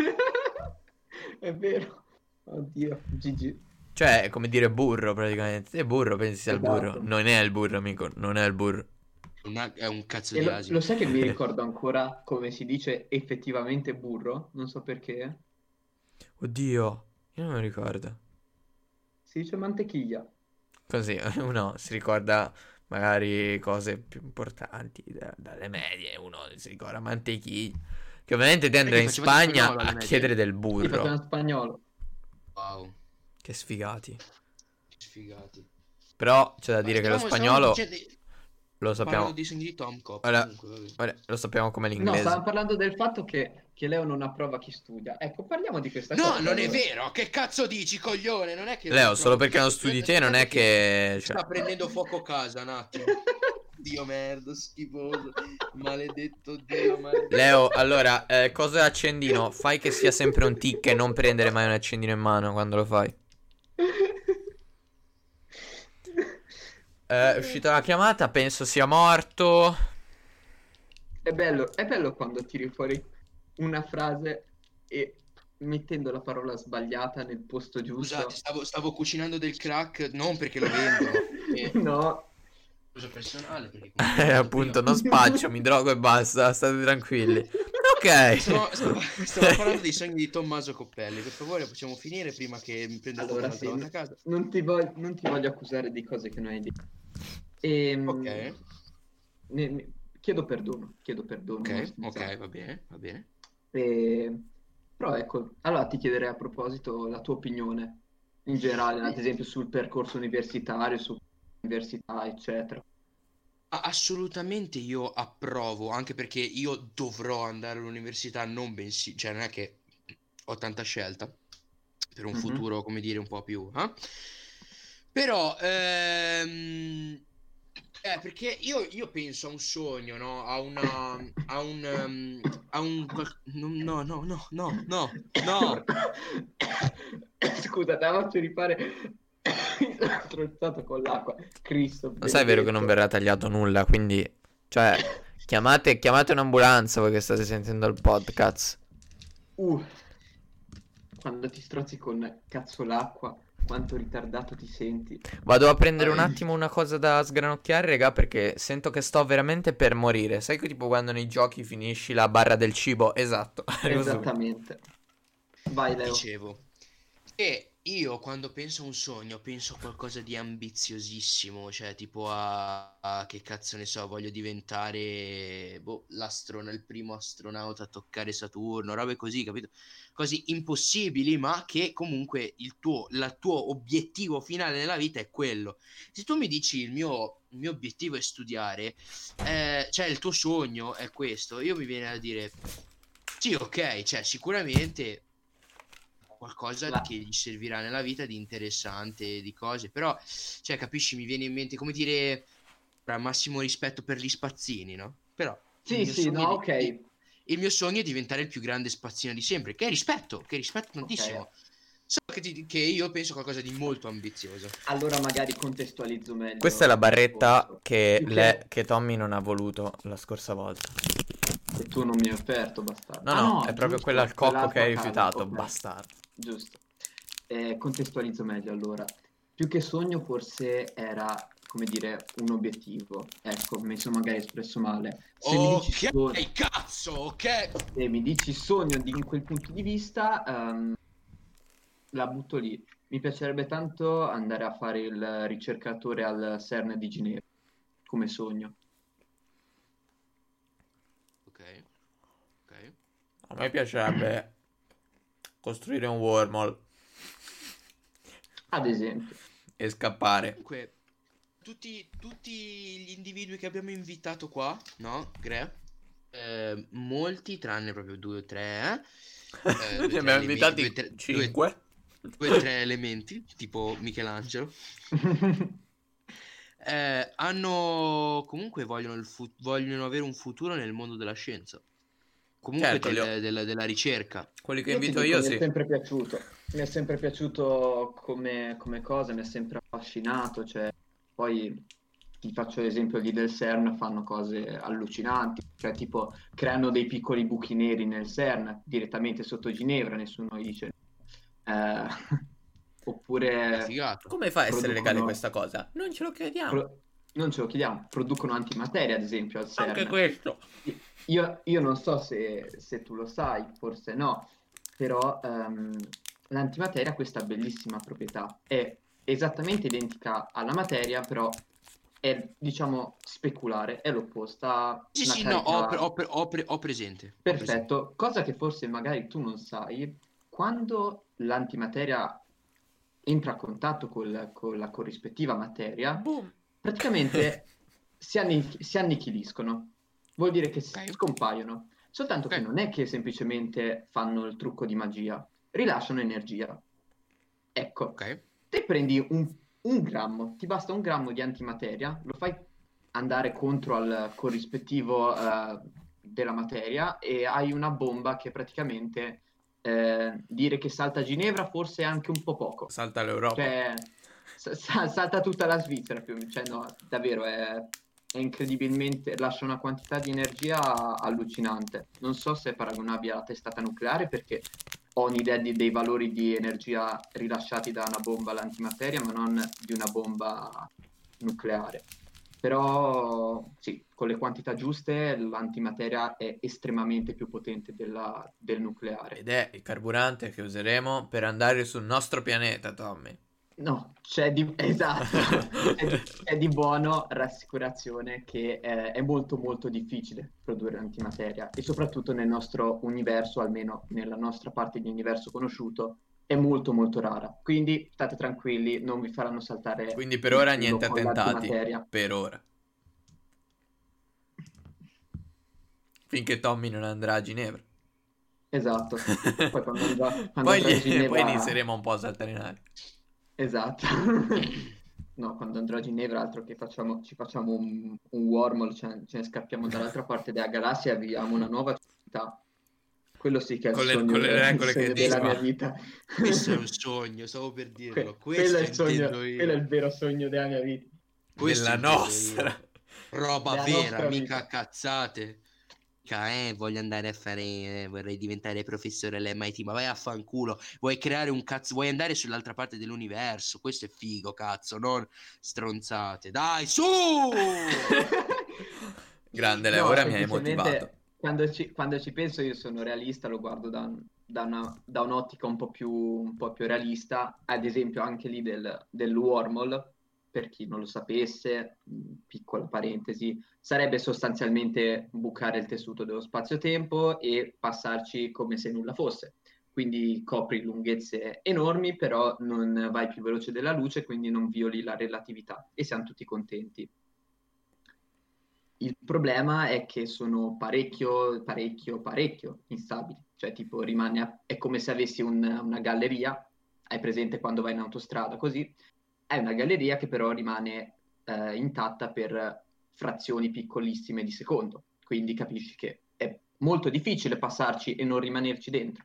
È vero. Oddio, G G. Cioè, è come dire burro praticamente. Se burro pensi sia il burro. Esatto. Non è il burro, amico. Non è il burro. una- è un cazzo E di lo, asino. lo sai che mi ricordo ancora come si dice effettivamente burro? Non so perché. Oddio, io non mi ricordo. Si dice mantequiglia. Così uno si ricorda magari cose più importanti da- dalle medie, uno si ricorda mantequilla. Che ovviamente te andrai Perché in facevate Spagna spagnolo alle a medie? chiedere del Sì, burro. faceva in spagnolo. Wow, Che sfigati. che sfigati. Però c'è da Ma dire che lo stavamo, stavamo spagnolo dicendo, lo parlando sappiamo. dei sogni di Tom Cop, Guarda, comunque, vabbè. guarda, lo sappiamo come No, l'inglese. stavamo parlando del fatto che, che Leo non approva chi studia. Ecco, parliamo di questa No, cosa. non è allora. vero, che cazzo dici, coglione? Non è che Leo, non solo approvo perché chi non studia. studi te non è Aspetta che... cioè, sta prendendo fuoco casa, un attimo. Dio merda, schifoso. Maledetto Dio, maledetto. Leo, allora, eh, cosa è accendino? Fai che sia sempre un tic e non prendere mai un accendino in mano quando lo fai. Eh, è uscita la chiamata, penso sia morto. È bello, è bello quando tiri fuori una frase e mettendo la parola sbagliata nel posto giusto. Scusate, stavo, stavo cucinando del crack, non perché lo vendo, perché No, uso personale, perché Eh, comunque appunto, non spaccio, mi drogo e basta, state tranquilli. Ok. Stavo, stavo- stavo parlando dei sogni di Tommaso Coppelli. Per favore, possiamo finire prima che mi prenda fuoco allora un'altra sì, volta a casa. non ti, voglio, non ti voglio accusare di cose che non hai detto. Ehm, Ok, ne- ne- chiedo perdono, chiedo perdono. non ok, scherzo. ok, va bene, va bene. E- Però ecco, allora ti chiederei a proposito la tua opinione in generale, ad esempio sul percorso universitario, su università, eccetera. Ah, assolutamente io approvo, anche perché io dovrò andare all'università, non bensì, cioè non è che ho tanta scelta per un Mhm. futuro, come dire, un po' più, eh? Però, ehm, eh, perché io, io penso a un sogno, no? A una, a un, ehm, a un, qual- no, no, no, no, no, no, no. Scusa, te la faccio rifare. Mi sono strozzato con l'acqua. Cristo Non sai, è vero che non benedetto. verrà tagliato nulla, quindi... Cioè, chiamate, chiamate un'ambulanza voi che state sentendo il podcast. Uh, quando ti strozzi con cazzo l'acqua, quanto ritardato ti senti. Vado a prendere un Ai. attimo una cosa da sgranocchiare, raga, perché sento che sto veramente per morire. Sai che tipo quando nei giochi finisci la barra del cibo? Esatto. arrivo subito. Esattamente. Vai, Leo. Dicevo, e io quando penso a un sogno penso a qualcosa di ambiziosissimo, cioè tipo a, a che cazzo ne so, voglio diventare boh, l'astron- il primo astronauta a toccare Saturno, robe così, capito? Cose impossibili, ma che comunque il tuo, la tuo obiettivo finale nella vita è quello. Se tu mi dici il mio, il mio obiettivo è studiare, eh, cioè il tuo sogno è questo, io mi viene a dire sì, ok, cioè sicuramente qualcosa La- che gli servirà nella vita di interessante, di cose, però, cioè, capisci, mi viene in mente, come dire, tra massimo rispetto per gli spazzini, no? Però il Sì, mio sì, sogno no, è di- ok. di- il mio sogno è diventare il più grande spazzino di sempre, che rispetto, che rispetto tantissimo. Ok. Solo che, ti- che io penso a qualcosa di molto ambizioso. Allora magari contestualizzo meglio Questa è la il barretta discorso. che, Più le- che... che Tommy non ha voluto la scorsa volta. E tu non mi hai offerto, bastardo. No, Ah no, no, è proprio giusto, quella al cocco quella che hai altra casa, rifiutato, ok. bastardo. Giusto. Eh, contestualizzo meglio allora. Più che sogno forse era, come dire, un obiettivo. Ecco, mi sono magari espresso male. Se mi dici Ok, sogno, cazzo, ok. se mi dici sogno di in quel punto di vista, ehm, la butto lì. Mi piacerebbe tanto andare a fare il ricercatore al CERN di Ginevra, come sogno. Ok, ok. A me piacerebbe costruire un wormhole Ad esempio. e scappare. Comunque, tutti, tutti gli individui che abbiamo invitato qua, no, Gre? Eh, molti, tranne proprio due o tre, eh? Eh, due, Ne tre abbiamo elementi, invitati due, tre, due, cinque. due o tre elementi, tipo Michelangelo, eh, hanno comunque vogliono, il fu- vogliono avere un futuro nel mondo della scienza, comunque Certo, li ho- del- del- della ricerca. quelli che Io ti invito dico, io mi è sì. sempre piaciuto, mi è sempre piaciuto come, come cosa, mi è sempre affascinato, cioè, poi ti faccio l'esempio lì del CERN, fanno cose allucinanti, cioè tipo creano dei piccoli buchi neri nel CERN, direttamente sotto Ginevra, nessuno gli dice, eh, È oppure figato. Come fa a essere legale producono, questa cosa? Non ce lo crediamo. pro- non ce lo chiediamo, producono antimateria, ad esempio, al Anche CERN. questo. Io, io non so se, se tu lo sai, forse no, però ehm, l'antimateria ha questa bellissima proprietà. È esattamente identica alla materia, però è, diciamo, speculare, è l'opposta, ha Sì, una sì, no, ho, pre- carica. ho pre- ho pre- ho presente. Ho presente. Perfetto, cosa che forse magari tu non sai, quando l'antimateria entra a contatto col- con la corrispettiva materia, Boom. praticamente si, anni- si annichiliscono, vuol dire che s- Ok, scompaiono, soltanto che ok, non è che semplicemente fanno il trucco di magia, rilasciano energia. Ecco, ok. te prendi un, un grammo, ti basta un grammo di antimateria, lo fai andare contro al corrispettivo eh, della materia e hai una bomba che praticamente eh, dire che salta a Ginevra forse è anche un po' poco. Salta l'Europa. Cioè, sa- sa- salta tutta la Svizzera più o meno. Cioè, no, davvero è, è incredibilmente, lascia una quantità di energia allucinante. Non so se è paragonabile alla testata nucleare perché ho un'idea di- dei valori di energia rilasciati da una bomba all'antimateria, ma non di una bomba nucleare. Però sì, con le quantità giuste l'antimateria è estremamente più potente della- del nucleare. Ed è il carburante che useremo per andare sul nostro pianeta, Tommy. No, c'è di, esatto, c'è di, c'è di buono rassicurazione che eh, è molto molto difficile produrre antimateria e soprattutto nel nostro universo, almeno nella nostra parte di universo conosciuto, è molto molto rara. Quindi state tranquilli, non vi faranno saltare Quindi per il ora culo niente con attentati. l'antimateria. Per ora. Finché Tommy non andrà a Ginevra. Esatto. Poi quando andrà, quando poi, andrà a gli- poi Ginevra. inizieremo un po' a saltare in aria. Esatto. No, quando andrò a Ginevra, altro che facciamo, ci facciamo un, un wormhole, ce ne, ce ne scappiamo dall'altra parte della galassia e avviamo una nuova città. Quello sì che è il Con le, sogno, con le de- il regole che sogno Que- della dico. mia vita. Questo è un sogno, stavo per dirlo. Que- quello è Questo il sogno, intendo quello è io. il vero sogno della mia vita, Questo Della intendo nostra. io. Roba della vera, nostra mica vita. cazzate. Mica, eh, voglio andare a fare, eh, vorrei diventare professore all'M I T, ma vai a fanculo. Vuoi creare un cazzo, vuoi andare sull'altra parte dell'universo. Questo è figo, cazzo, non stronzate. Dai, su! Grande Leo, No, ora mi hai motivato. semplicemente quando ci, quando ci penso io sono realista, lo guardo da, da una- da un'ottica un po' più, un po' più realista, ad esempio anche lì del, del wormhole, per chi non lo sapesse, mh, piccola parentesi, sarebbe sostanzialmente bucare il tessuto dello spazio-tempo e passarci come se nulla fosse. Quindi copri lunghezze enormi, però non vai più veloce della luce, quindi non violi la relatività e siamo tutti contenti. Il problema è che sono parecchio, parecchio, parecchio instabili. Cioè, tipo, rimane a- è come se avessi un- una galleria, hai presente quando vai in autostrada, così, hai una galleria che però rimane eh, intatta per frazioni piccolissime di secondo. Quindi capisci che è molto difficile passarci e non rimanerci dentro.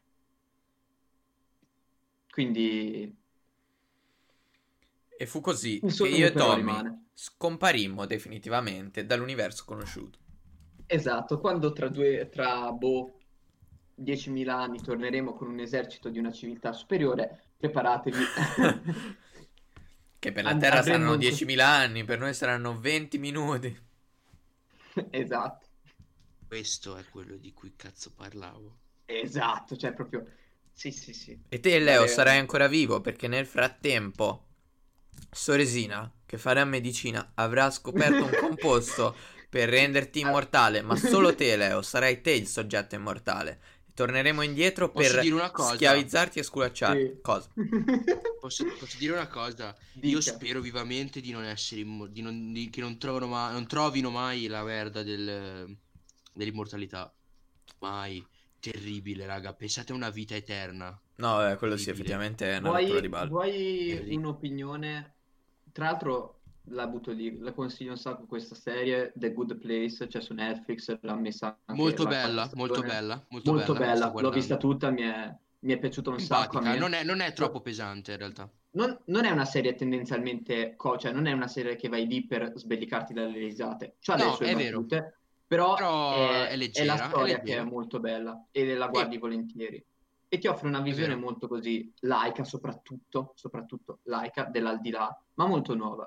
Quindi E fu così il che io sogno e però Tommy rimane. scomparimmo definitivamente dall'universo conosciuto. Esatto, quando tra due, tra boh, diecimila anni torneremo con un esercito di una civiltà superiore, preparatevi. Che per la And- Terra avremmo saranno un... cos- diecimila anni, per noi saranno venti minuti. Esatto, Questo è quello di cui cazzo parlavo. esatto, cioè proprio... Sì, sì, sì. E te, Leo, Dare... sarai ancora vivo perché nel frattempo Soresina, che farà medicina, avrà scoperto un composto per renderti Ah. immortale, ma solo te, Leo, sarai te il soggetto immortale. Torneremo indietro Posso per dire una cosa? schiavizzarti e sculacciarti. Sì. Cosa? Posso, posso dire una cosa? Io Dica. spero vivamente di non essere immo- di non, di- che non trovano mai, non trovino mai la merda del, dell'immortalità. Mai. Terribile, raga. Pensate a una vita eterna. No, eh, quello sì, Terribile. effettivamente è una rottura di Vuoi, balle. vuoi Terri- un'opinione? Tra l'altro la butto lì, la consiglio un sacco questa serie, The Good Place, c'è su Netflix, l'ha messa anche Molto la quarta bella, molto stagione. bella, molto Molto bella. La sto bella, l'ho vista guardando. tutta, mi è, mi è piaciuta un sacco a Simpatica. me. Non è, non è troppo No- pesante in realtà. non, non è una serie tendenzialmente, co- cioè non è una serie che vai lì per sbellicarti dalle risate, c'ha le No, sue è vero. battute, però Però è è, è la leggera, è storia che è leggera. molto bella e la Sì, guardi volentieri. E ti offre una è visione vero. molto così laica, soprattutto, soprattutto laica, dell'aldilà, ma molto nuova.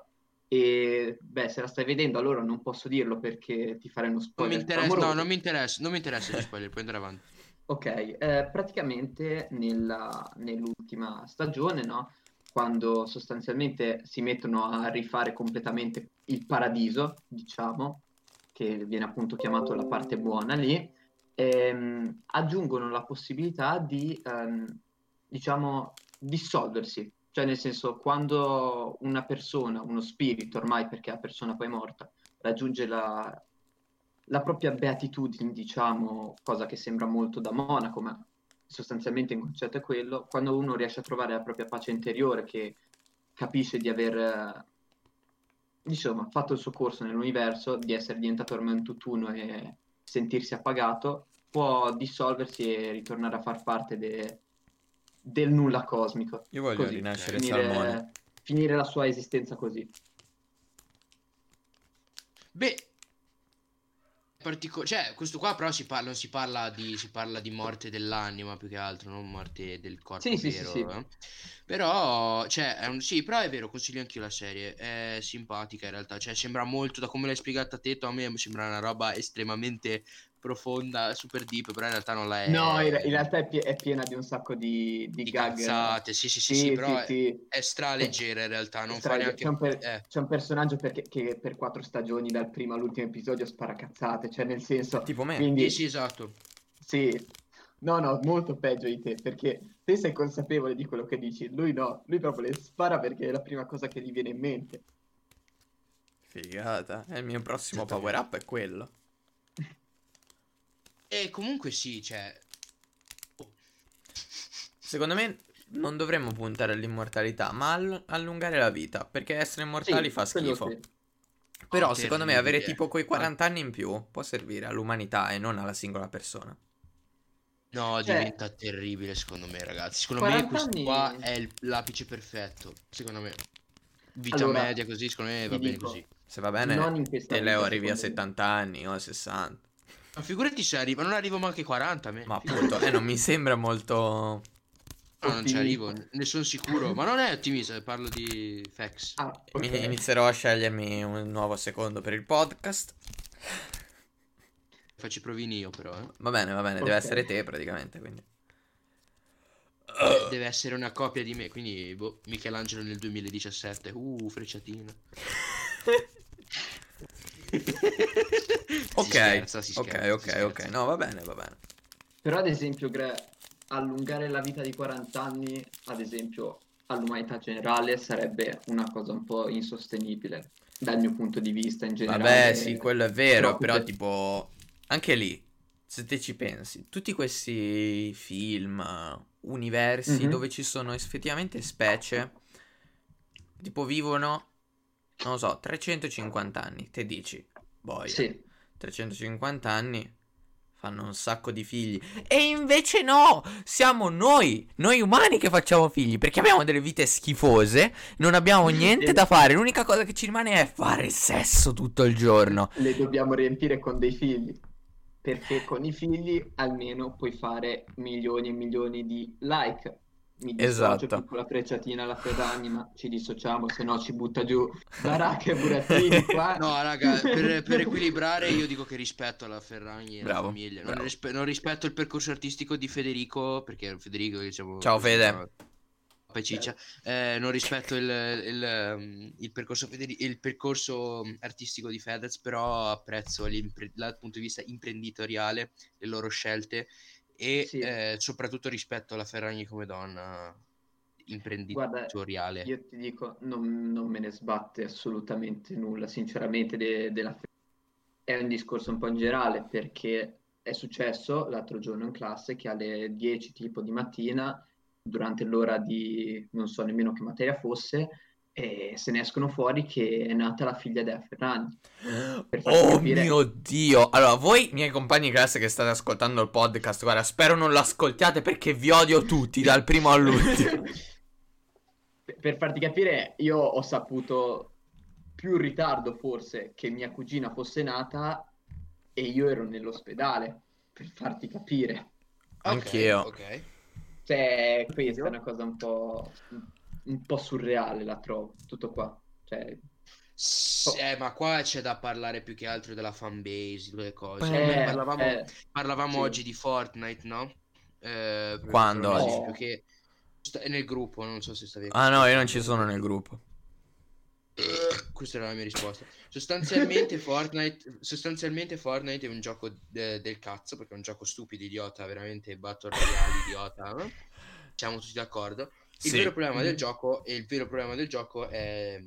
E beh, se la stai vedendo allora non posso dirlo perché ti farei uno Non mi spoiler interessa, no, clamoroso. non mi interessa, non mi interessa gli spoiler, puoi andare avanti. Ok, eh, praticamente nella- nell'ultima stagione, no? Quando sostanzialmente si mettono a rifare completamente il paradiso, diciamo, che viene appunto chiamato la parte buona lì, ehm, aggiungono la possibilità di, ehm, diciamo, dissolversi. Cioè, nel senso, quando una persona, uno spirito, ormai perché la persona poi è morta, raggiunge la, la propria beatitudine, diciamo, cosa che sembra molto da monaco, ma sostanzialmente il concetto è quello, quando uno riesce a trovare la propria pace interiore, che capisce di aver, eh, insomma, fatto il suo corso nell'universo, di essere diventato ormai un tutt'uno e sentirsi appagato, può dissolversi e ritornare a far parte de- del nulla cosmico. Io voglio Così, rinascere Ok. salmone. finire, finire la sua esistenza così. Beh, partico- cioè, questo qua però si parla, non si parla di, si parla di morte dell'anima più che altro, non morte del Sì, corpo sì, sì, vero. sì. eh. Però, cioè, è un- sì, però è vero, consiglio anch'io la serie, è simpatica in realtà, cioè sembra molto, da come l'hai spiegata te, a me sembra una roba estremamente profonda, super deep, però in realtà non la No, in, è. in realtà è, pie- è piena di un sacco di, di Di gag. cazzate, sì, sì, sì, sì, Sì, però sì, è, sì. è Per- straleggera in realtà, non fa strage- C'è neanche. un, per- Eh, c'è un personaggio perché- che per quattro stagioni, dal primo all'ultimo episodio, spara cazzate, cioè nel È senso, tipo me. sì, quindi sì, esatto. sì, no, no, molto peggio di te, perché te sei consapevole di quello che dici, lui no, lui proprio le spara perché è la prima cosa che gli viene in mente. Figata. E il mio prossimo power Esattamente. up è quello. E comunque sì, cioè. Secondo me non dovremmo puntare all'immortalità, ma all- allungare la vita, perché essere immortali Sì, fa quello schifo. sì. Oh, Però secondo me avere terribile. tipo quei Ah, quaranta anni in più può servire all'umanità e non alla singola persona. no, Cioè, diventa terribile secondo me, ragazzi. Secondo me quaranta questo qua anni, è il- l'apice perfetto. Secondo me. Vita allora, media così, secondo me ti va bene così. dico, Se va bene, non in questa te Leo vita, arrivi a secondo me. settanta anni o a sessanta. Ma figurati se arriva, non arrivo manco ai quaranta a me. Ma appunto, eh, Figurati. non mi sembra molto... No, non ci arrivo, Ottimista. ne sono sicuro. Ma non è ottimista, parlo di facts. Ah, Mi- ok. inizierò a scegliermi un nuovo secondo per il podcast. Faccio i provini io però, eh. Va bene, va bene, deve Ok. essere te praticamente, quindi. Eh, deve essere una copia di me, quindi boh, Michelangelo nel duemiladiciassette. Uh, frecciatina. Si Ok, scherza, si ok, scherza, si ok, ok. scherza. No, va bene, va bene. Però, ad esempio, Gre, allungare la vita di quaranta anni, ad esempio, all'umanità generale, sarebbe una cosa un po' insostenibile, dal mio punto di vista in Vabbè, sì, generale. quello è vero, Troppo però pe- tipo, anche lì, se te ci pensi, tutti questi film, universi Mhm. dove ci sono effettivamente specie, tipo vivono, non lo so, trecentocinquanta anni, te dici, boia, Sì, trecentocinquanta anni fanno un sacco di figli. E invece no, siamo noi, noi umani che facciamo figli, perché abbiamo delle vite schifose, non abbiamo niente da le, fare, l'unica cosa che ci rimane è fare il sesso tutto il giorno. le dobbiamo riempire con dei figli, perché con i figli almeno puoi fare milioni e milioni di like. Mi dissocio, Esatto. piccola frecciatina alla Ferragni, ma ci dissociamo, se no ci butta giù baracche e burattini qua. No, raga, per, per equilibrare io dico che rispetto alla Ferragni e alla Bravo, famiglia. Non, bravo. rispe- non rispetto il percorso artistico di Federico, perché Federico, diciamo Ciao così, Fede. no? Poi ciccia. Eh, non rispetto il, il, um, il percorso, Federi- il percorso artistico di Fedez, però apprezzo l'impre- dal punto di vista imprenditoriale le loro scelte e Sì, eh, soprattutto rispetto alla Ferragni come donna guarda, imprenditoriale. io ti dico, non, non me ne sbatte assolutamente nulla, sinceramente, de- della fe- è un discorso un po' in generale, perché è successo l'altro giorno in classe che alle dieci tipo di mattina, durante l'ora di non so nemmeno che materia fosse, e se ne escono fuori che è nata la figlia della Ferragni. Per farti Oh capire, mio Dio. Allora, voi, miei compagni di classe che state ascoltando il podcast, guarda, spero non l'ascoltiate perché vi odio tutti, dal primo all'ultimo. per farti capire, io ho saputo più in ritardo forse che mia cugina fosse nata e io ero nell'ospedale, per farti capire. Ok, Anch'io. ok. Cioè, questa è una cosa un po', un po' surreale, la trovo, tutto qua. Cioè, S- Oh, eh, ma qua c'è da parlare più che altro della fanbase, delle cose. Beh, Noi eh, parlavamo, eh, parlavamo sì. oggi di Fortnite, no? Eh, proprio per fare quando un oggi? esempio, Oh, che sta- è nel gruppo, non so se stavi Ah no, io non ascoltando. ci sono nel gruppo. Questa era la mia risposta. Sostanzialmente Fortnite, sostanzialmente Fortnite è un gioco de- del cazzo, perché è un gioco stupido, idiota, veramente Battle Royale, idiota, no? Siamo tutti d'accordo. Il vero Sì. problema del mhm, gioco, e il vero problema del gioco è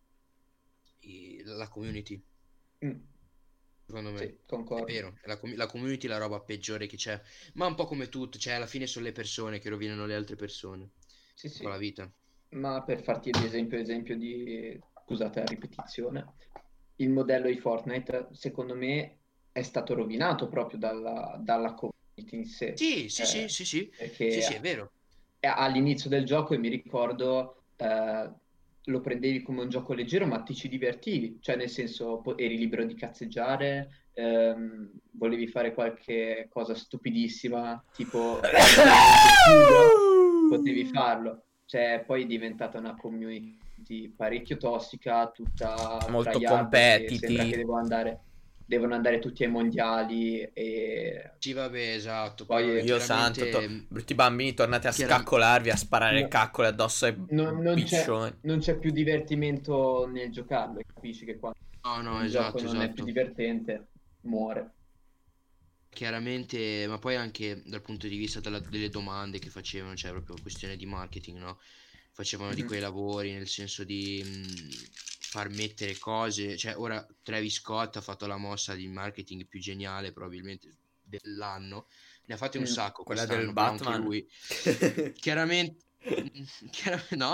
i- la community, mm, secondo me. sì, È concordo. vero, è la, com- la community è la roba peggiore che c'è, ma un po' come tutto, cioè alla fine sono le persone che rovinano le altre persone. Sì, Un po' la sì. vita. Ma per farti di esempio, esempio di, scusate la ripetizione, il modello di Fortnite, secondo me, è stato rovinato proprio dalla, dalla community in sé. Sì, sì, sì, Eh, sì, sì, sì, sì, è perché vero. eh, all'inizio del gioco, io mi ricordo, eh, lo prendevi come un gioco leggero, ma ti ci divertivi, cioè nel senso po- eri libero di cazzeggiare, ehm, volevi fare qualche cosa stupidissima, tipo fare un conchiglia, potevi farlo. Cioè, poi è diventata una community parecchio tossica, tutta Molto tryhard, che sembra che competitive. devo andare, devono andare tutti ai mondiali e Sì, vabbè, esatto. Poi vabbè, poi Dio santo, to- chiaramente, brutti bambini, tornate a chiaram- scaccolarvi, a sparare no- caccole addosso ai non, non c'è piccioni. non c'è più divertimento nel giocarlo, e capisci che quando no, no, un gioco esatto, non è più esatto. divertente, muore. Chiaramente, ma poi anche dal punto di vista della- delle domande che facevano, cioè proprio questione di marketing, no? Facevano di Mhm. quei lavori nel senso di mh, far mettere cose, cioè ora Travis Scott ha fatto la mossa di marketing più geniale probabilmente dell'anno, ne ha fatte un Mm. sacco Quella del quest'anno, però anche Batman. lui, chiaramente, chiar- no,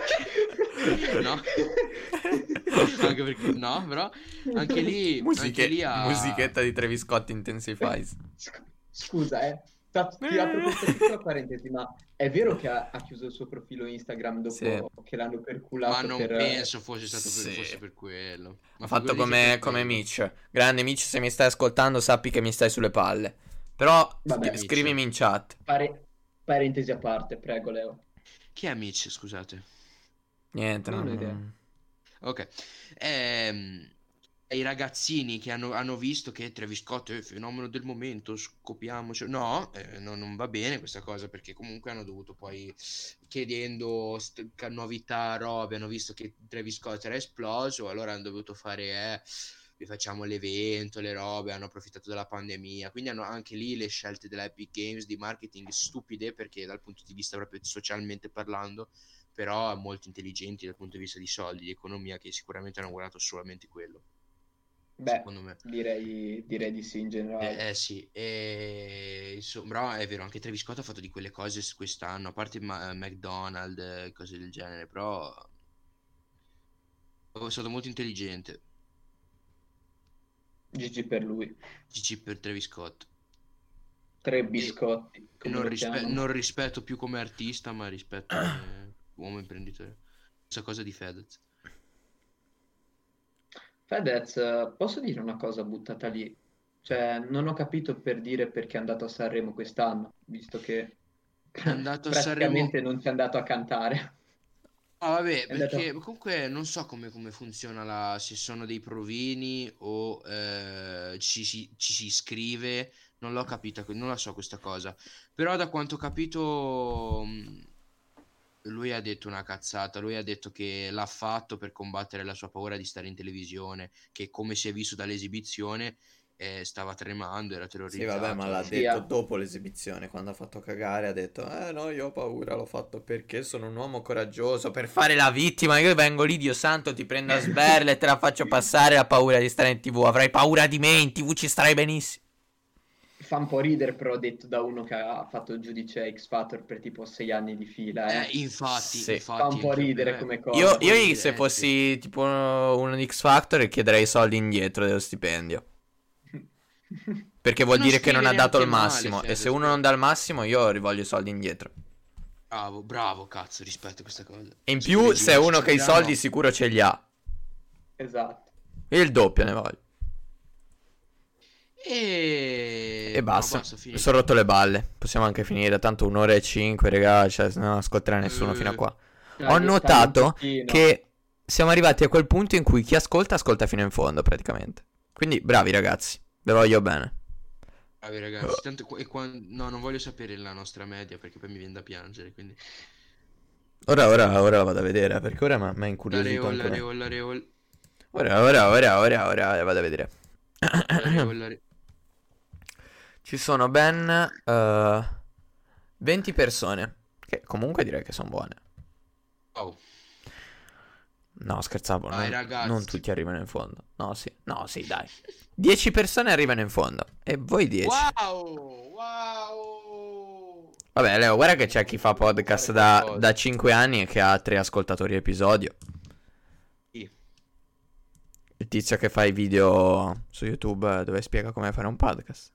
no, anche perché, no, però anche lì, anche Musiche, lì ha... musichetta di Travis Scott Intensifies. Sc- Scusa, eh, ta- ti apro questa piccola parentesi, ma è vero che ha, ha chiuso il suo profilo Instagram Sì. dopo che l'hanno Ma perculato non per... penso fosse stato per, Sì. fosse per quello. Ha Ma fatto figurati se per come, come quello. Mitch. Grande Mitch, se mi stai ascoltando, sappi che mi stai sulle palle. Però Che scri- Vabbè, Mitch? scrivimi in chat. pare- parentesi a parte, prego Leo. Chi è Mitch? Scusate. Niente, Non non... ho idea. Ok. Ehm, e i ragazzini che hanno, hanno visto che Travis Scott è il fenomeno del momento, scopiamoci. No, eh, no, non va bene questa cosa perché comunque hanno dovuto poi, chiedendo st- ca- novità, robe, hanno visto che Travis Scott era esploso, allora hanno dovuto fare, eh, vi facciamo l'evento, le robe, hanno approfittato della pandemia. Quindi hanno anche lì le scelte della Epic Games di marketing stupide perché dal punto di vista proprio socialmente parlando, però molto intelligenti dal punto di vista di soldi, di economia, che sicuramente hanno guardato solamente quello, Beh, secondo me. direi, direi di sì in generale. Eh, eh, sì, e, insomma, però è vero, anche Travis Scott ha fatto di quelle cose s- quest'anno, a parte ma- McDonald's e cose del genere, però è stato molto intelligente. G G per lui. G G per Travis Scott. Tre E, biscotti, e come non, lo rispe- chiamano. non rispetto più come artista, ma rispetto come uomo imprenditore. Questa cosa di Fedez. Fedez, eh, posso dire una cosa buttata lì? Cioè, non ho capito per dire perché è andato a Sanremo quest'anno, visto che È andato a Sanremo. praticamente non ci è andato a cantare. Ah, vabbè, È perché andato... comunque non so come, come funziona la, se sono dei provini o eh, ci, si, ci si iscrive, non l'ho capita, non la so questa cosa. Però da quanto ho capito, mh, lui ha detto una cazzata, lui ha detto che l'ha fatto per combattere la sua paura di stare in televisione, che come si è visto dall'esibizione eh, stava tremando, era Sì, vabbè, ma l'ha terrorizzato. Sì, detto ah, dopo l'esibizione, quando ha fatto cagare, ha detto, eh no, io ho paura, l'ho fatto perché sono un uomo coraggioso, per fare la vittima, io vengo lì, Dio santo, ti prendo a sberle e te la faccio passare la paura di stare in tivù, avrai paura di me, in tivù ci starai benissimo. fa un po' ridere, però detto da uno che ha fatto il giudice a X Factor per tipo sei anni di fila, Eh, eh. infatti, Sì. Fa un infatti, po' anche ridere eh, come fa un Io, cosa. po' io se ridere, eh, sì. fossi tipo uno di X Factor chiederei i soldi indietro dello stipendio. Perché vuol Non dire che non scrive ha dato neanche il male massimo. E se Fedez, uno non però. dà il massimo, io rivoglio i soldi indietro. Bravo, bravo, cazzo, rispetto a questa cosa. E in Scrive più, se è Gigi, uno ce che i li soldi danno. sicuro ce li ha. Esatto. E il doppio ne voglio. E... E No, basta. basta, Mi finito. sono rotto le balle. Possiamo anche finire. Tanto un'ora e cinque, raga. Cioè, non ascolterà nessuno fino a Eh, qua. Tagli- Ho tagli un notato pochino. che siamo arrivati a quel punto in cui chi ascolta, ascolta fino in fondo praticamente. Quindi bravi ragazzi, ve voglio bene. Bravi ragazzi, tanto, e qua, no, non voglio sapere la nostra media perché poi mi viene da piangere, quindi... Ora, ora, ora la vado a vedere, perché ora mi ha La incuriosito reol, la ancora. reol, la reol, Ora, ora, ora, ora, ora la vado a vedere. la reol, la reol. Ci sono ben eh, venti persone, che comunque direi che sono buone. Oh, No, scherzavo, Dai, non, ragazzi. non tutti arrivano in fondo. No, sì, no, sì, dai. dieci persone arrivano in fondo. E voi dieci. wow, wow. Vabbè, Leo, guarda che c'è chi fa podcast da, da cinque anni e che ha tre ascoltatori episodio. Sì. Il tizio che fa i video su YouTube dove spiega come fare un podcast.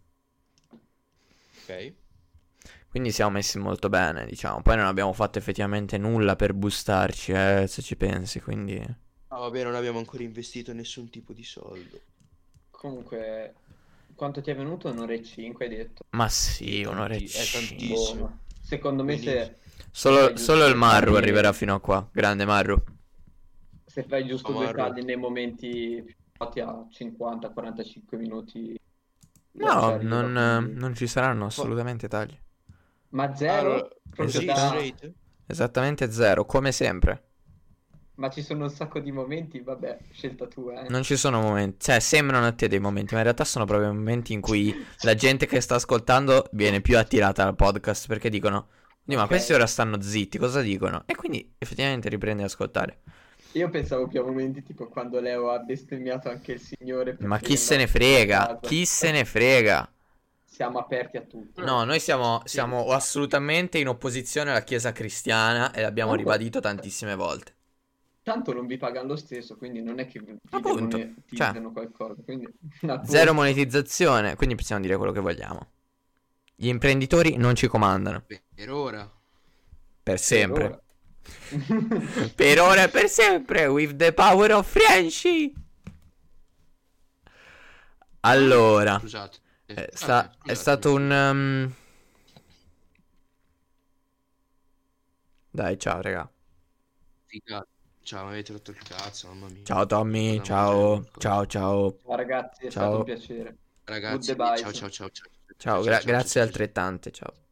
Ok. Quindi siamo messi molto bene, diciamo. Poi non abbiamo fatto effettivamente nulla per boostarci, eh, se ci pensi, quindi... Ah, vabbè, non abbiamo ancora investito nessun tipo di soldo. Comunque, quanto ti è venuto? Un'ora e cinque, hai detto. Ma sì, È un'ora e tanti- è cinque. tantissimo. Boh, ma secondo me se, Solo, fai giusto solo il due Marru tagli- arriverà fino a qua. Grande Marru. se fai giusto due Amarro. tagli nei momenti più alti a cinquanta quarantacinque minuti. No, ci arriva, non, eh, quindi- non ci saranno assolutamente tagli. Ma zero? Allora, Proprio così, Esatto. da- straight? Esattamente zero, come sempre. Ma ci sono un sacco di momenti, vabbè, scelta tua, eh. Non ci sono momenti, cioè sembrano a te dei momenti, ma in realtà sono proprio momenti in cui la gente che sta ascoltando viene più attirata al podcast perché dicono, "Oddio, ma Ok. questi ora stanno zitti, cosa dicono?" E quindi effettivamente riprende ad ascoltare. Io pensavo più a momenti tipo quando Leo ha bestemmiato anche il signore. per Ma cui chi è se ne andato a frega? casa. Chi se ne frega? Siamo aperti a tutto. No, noi siamo, siamo assolutamente in opposizione alla Chiesa cristiana e l'abbiamo Comunque- ribadito tantissime volte. Tanto non vi pagano lo stesso, quindi non è che vi Appunto, demonetizzano qualcosa. Quindi, a Zero posto. monetizzazione, quindi possiamo dire quello che vogliamo. Gli imprenditori non ci comandano, Per ora. per sempre. ora. Per ora e per sempre, with the power of friendship. Allora, Scusate. Eh, è, vabbè, sta- è scusate. stato un... um, Dai, ciao, raga. Figa. Ciao, mi avete rotto il cazzo, mamma mia. Ciao, Tommy, Vado a ciao, mangiare qualcosa. ciao, ciao. Ciao ragazzi, è Ciao. stato un piacere. Ragazzi, Goodbye. ciao ciao ciao ciao. Ciao, gra- grazie altrettante, ciao.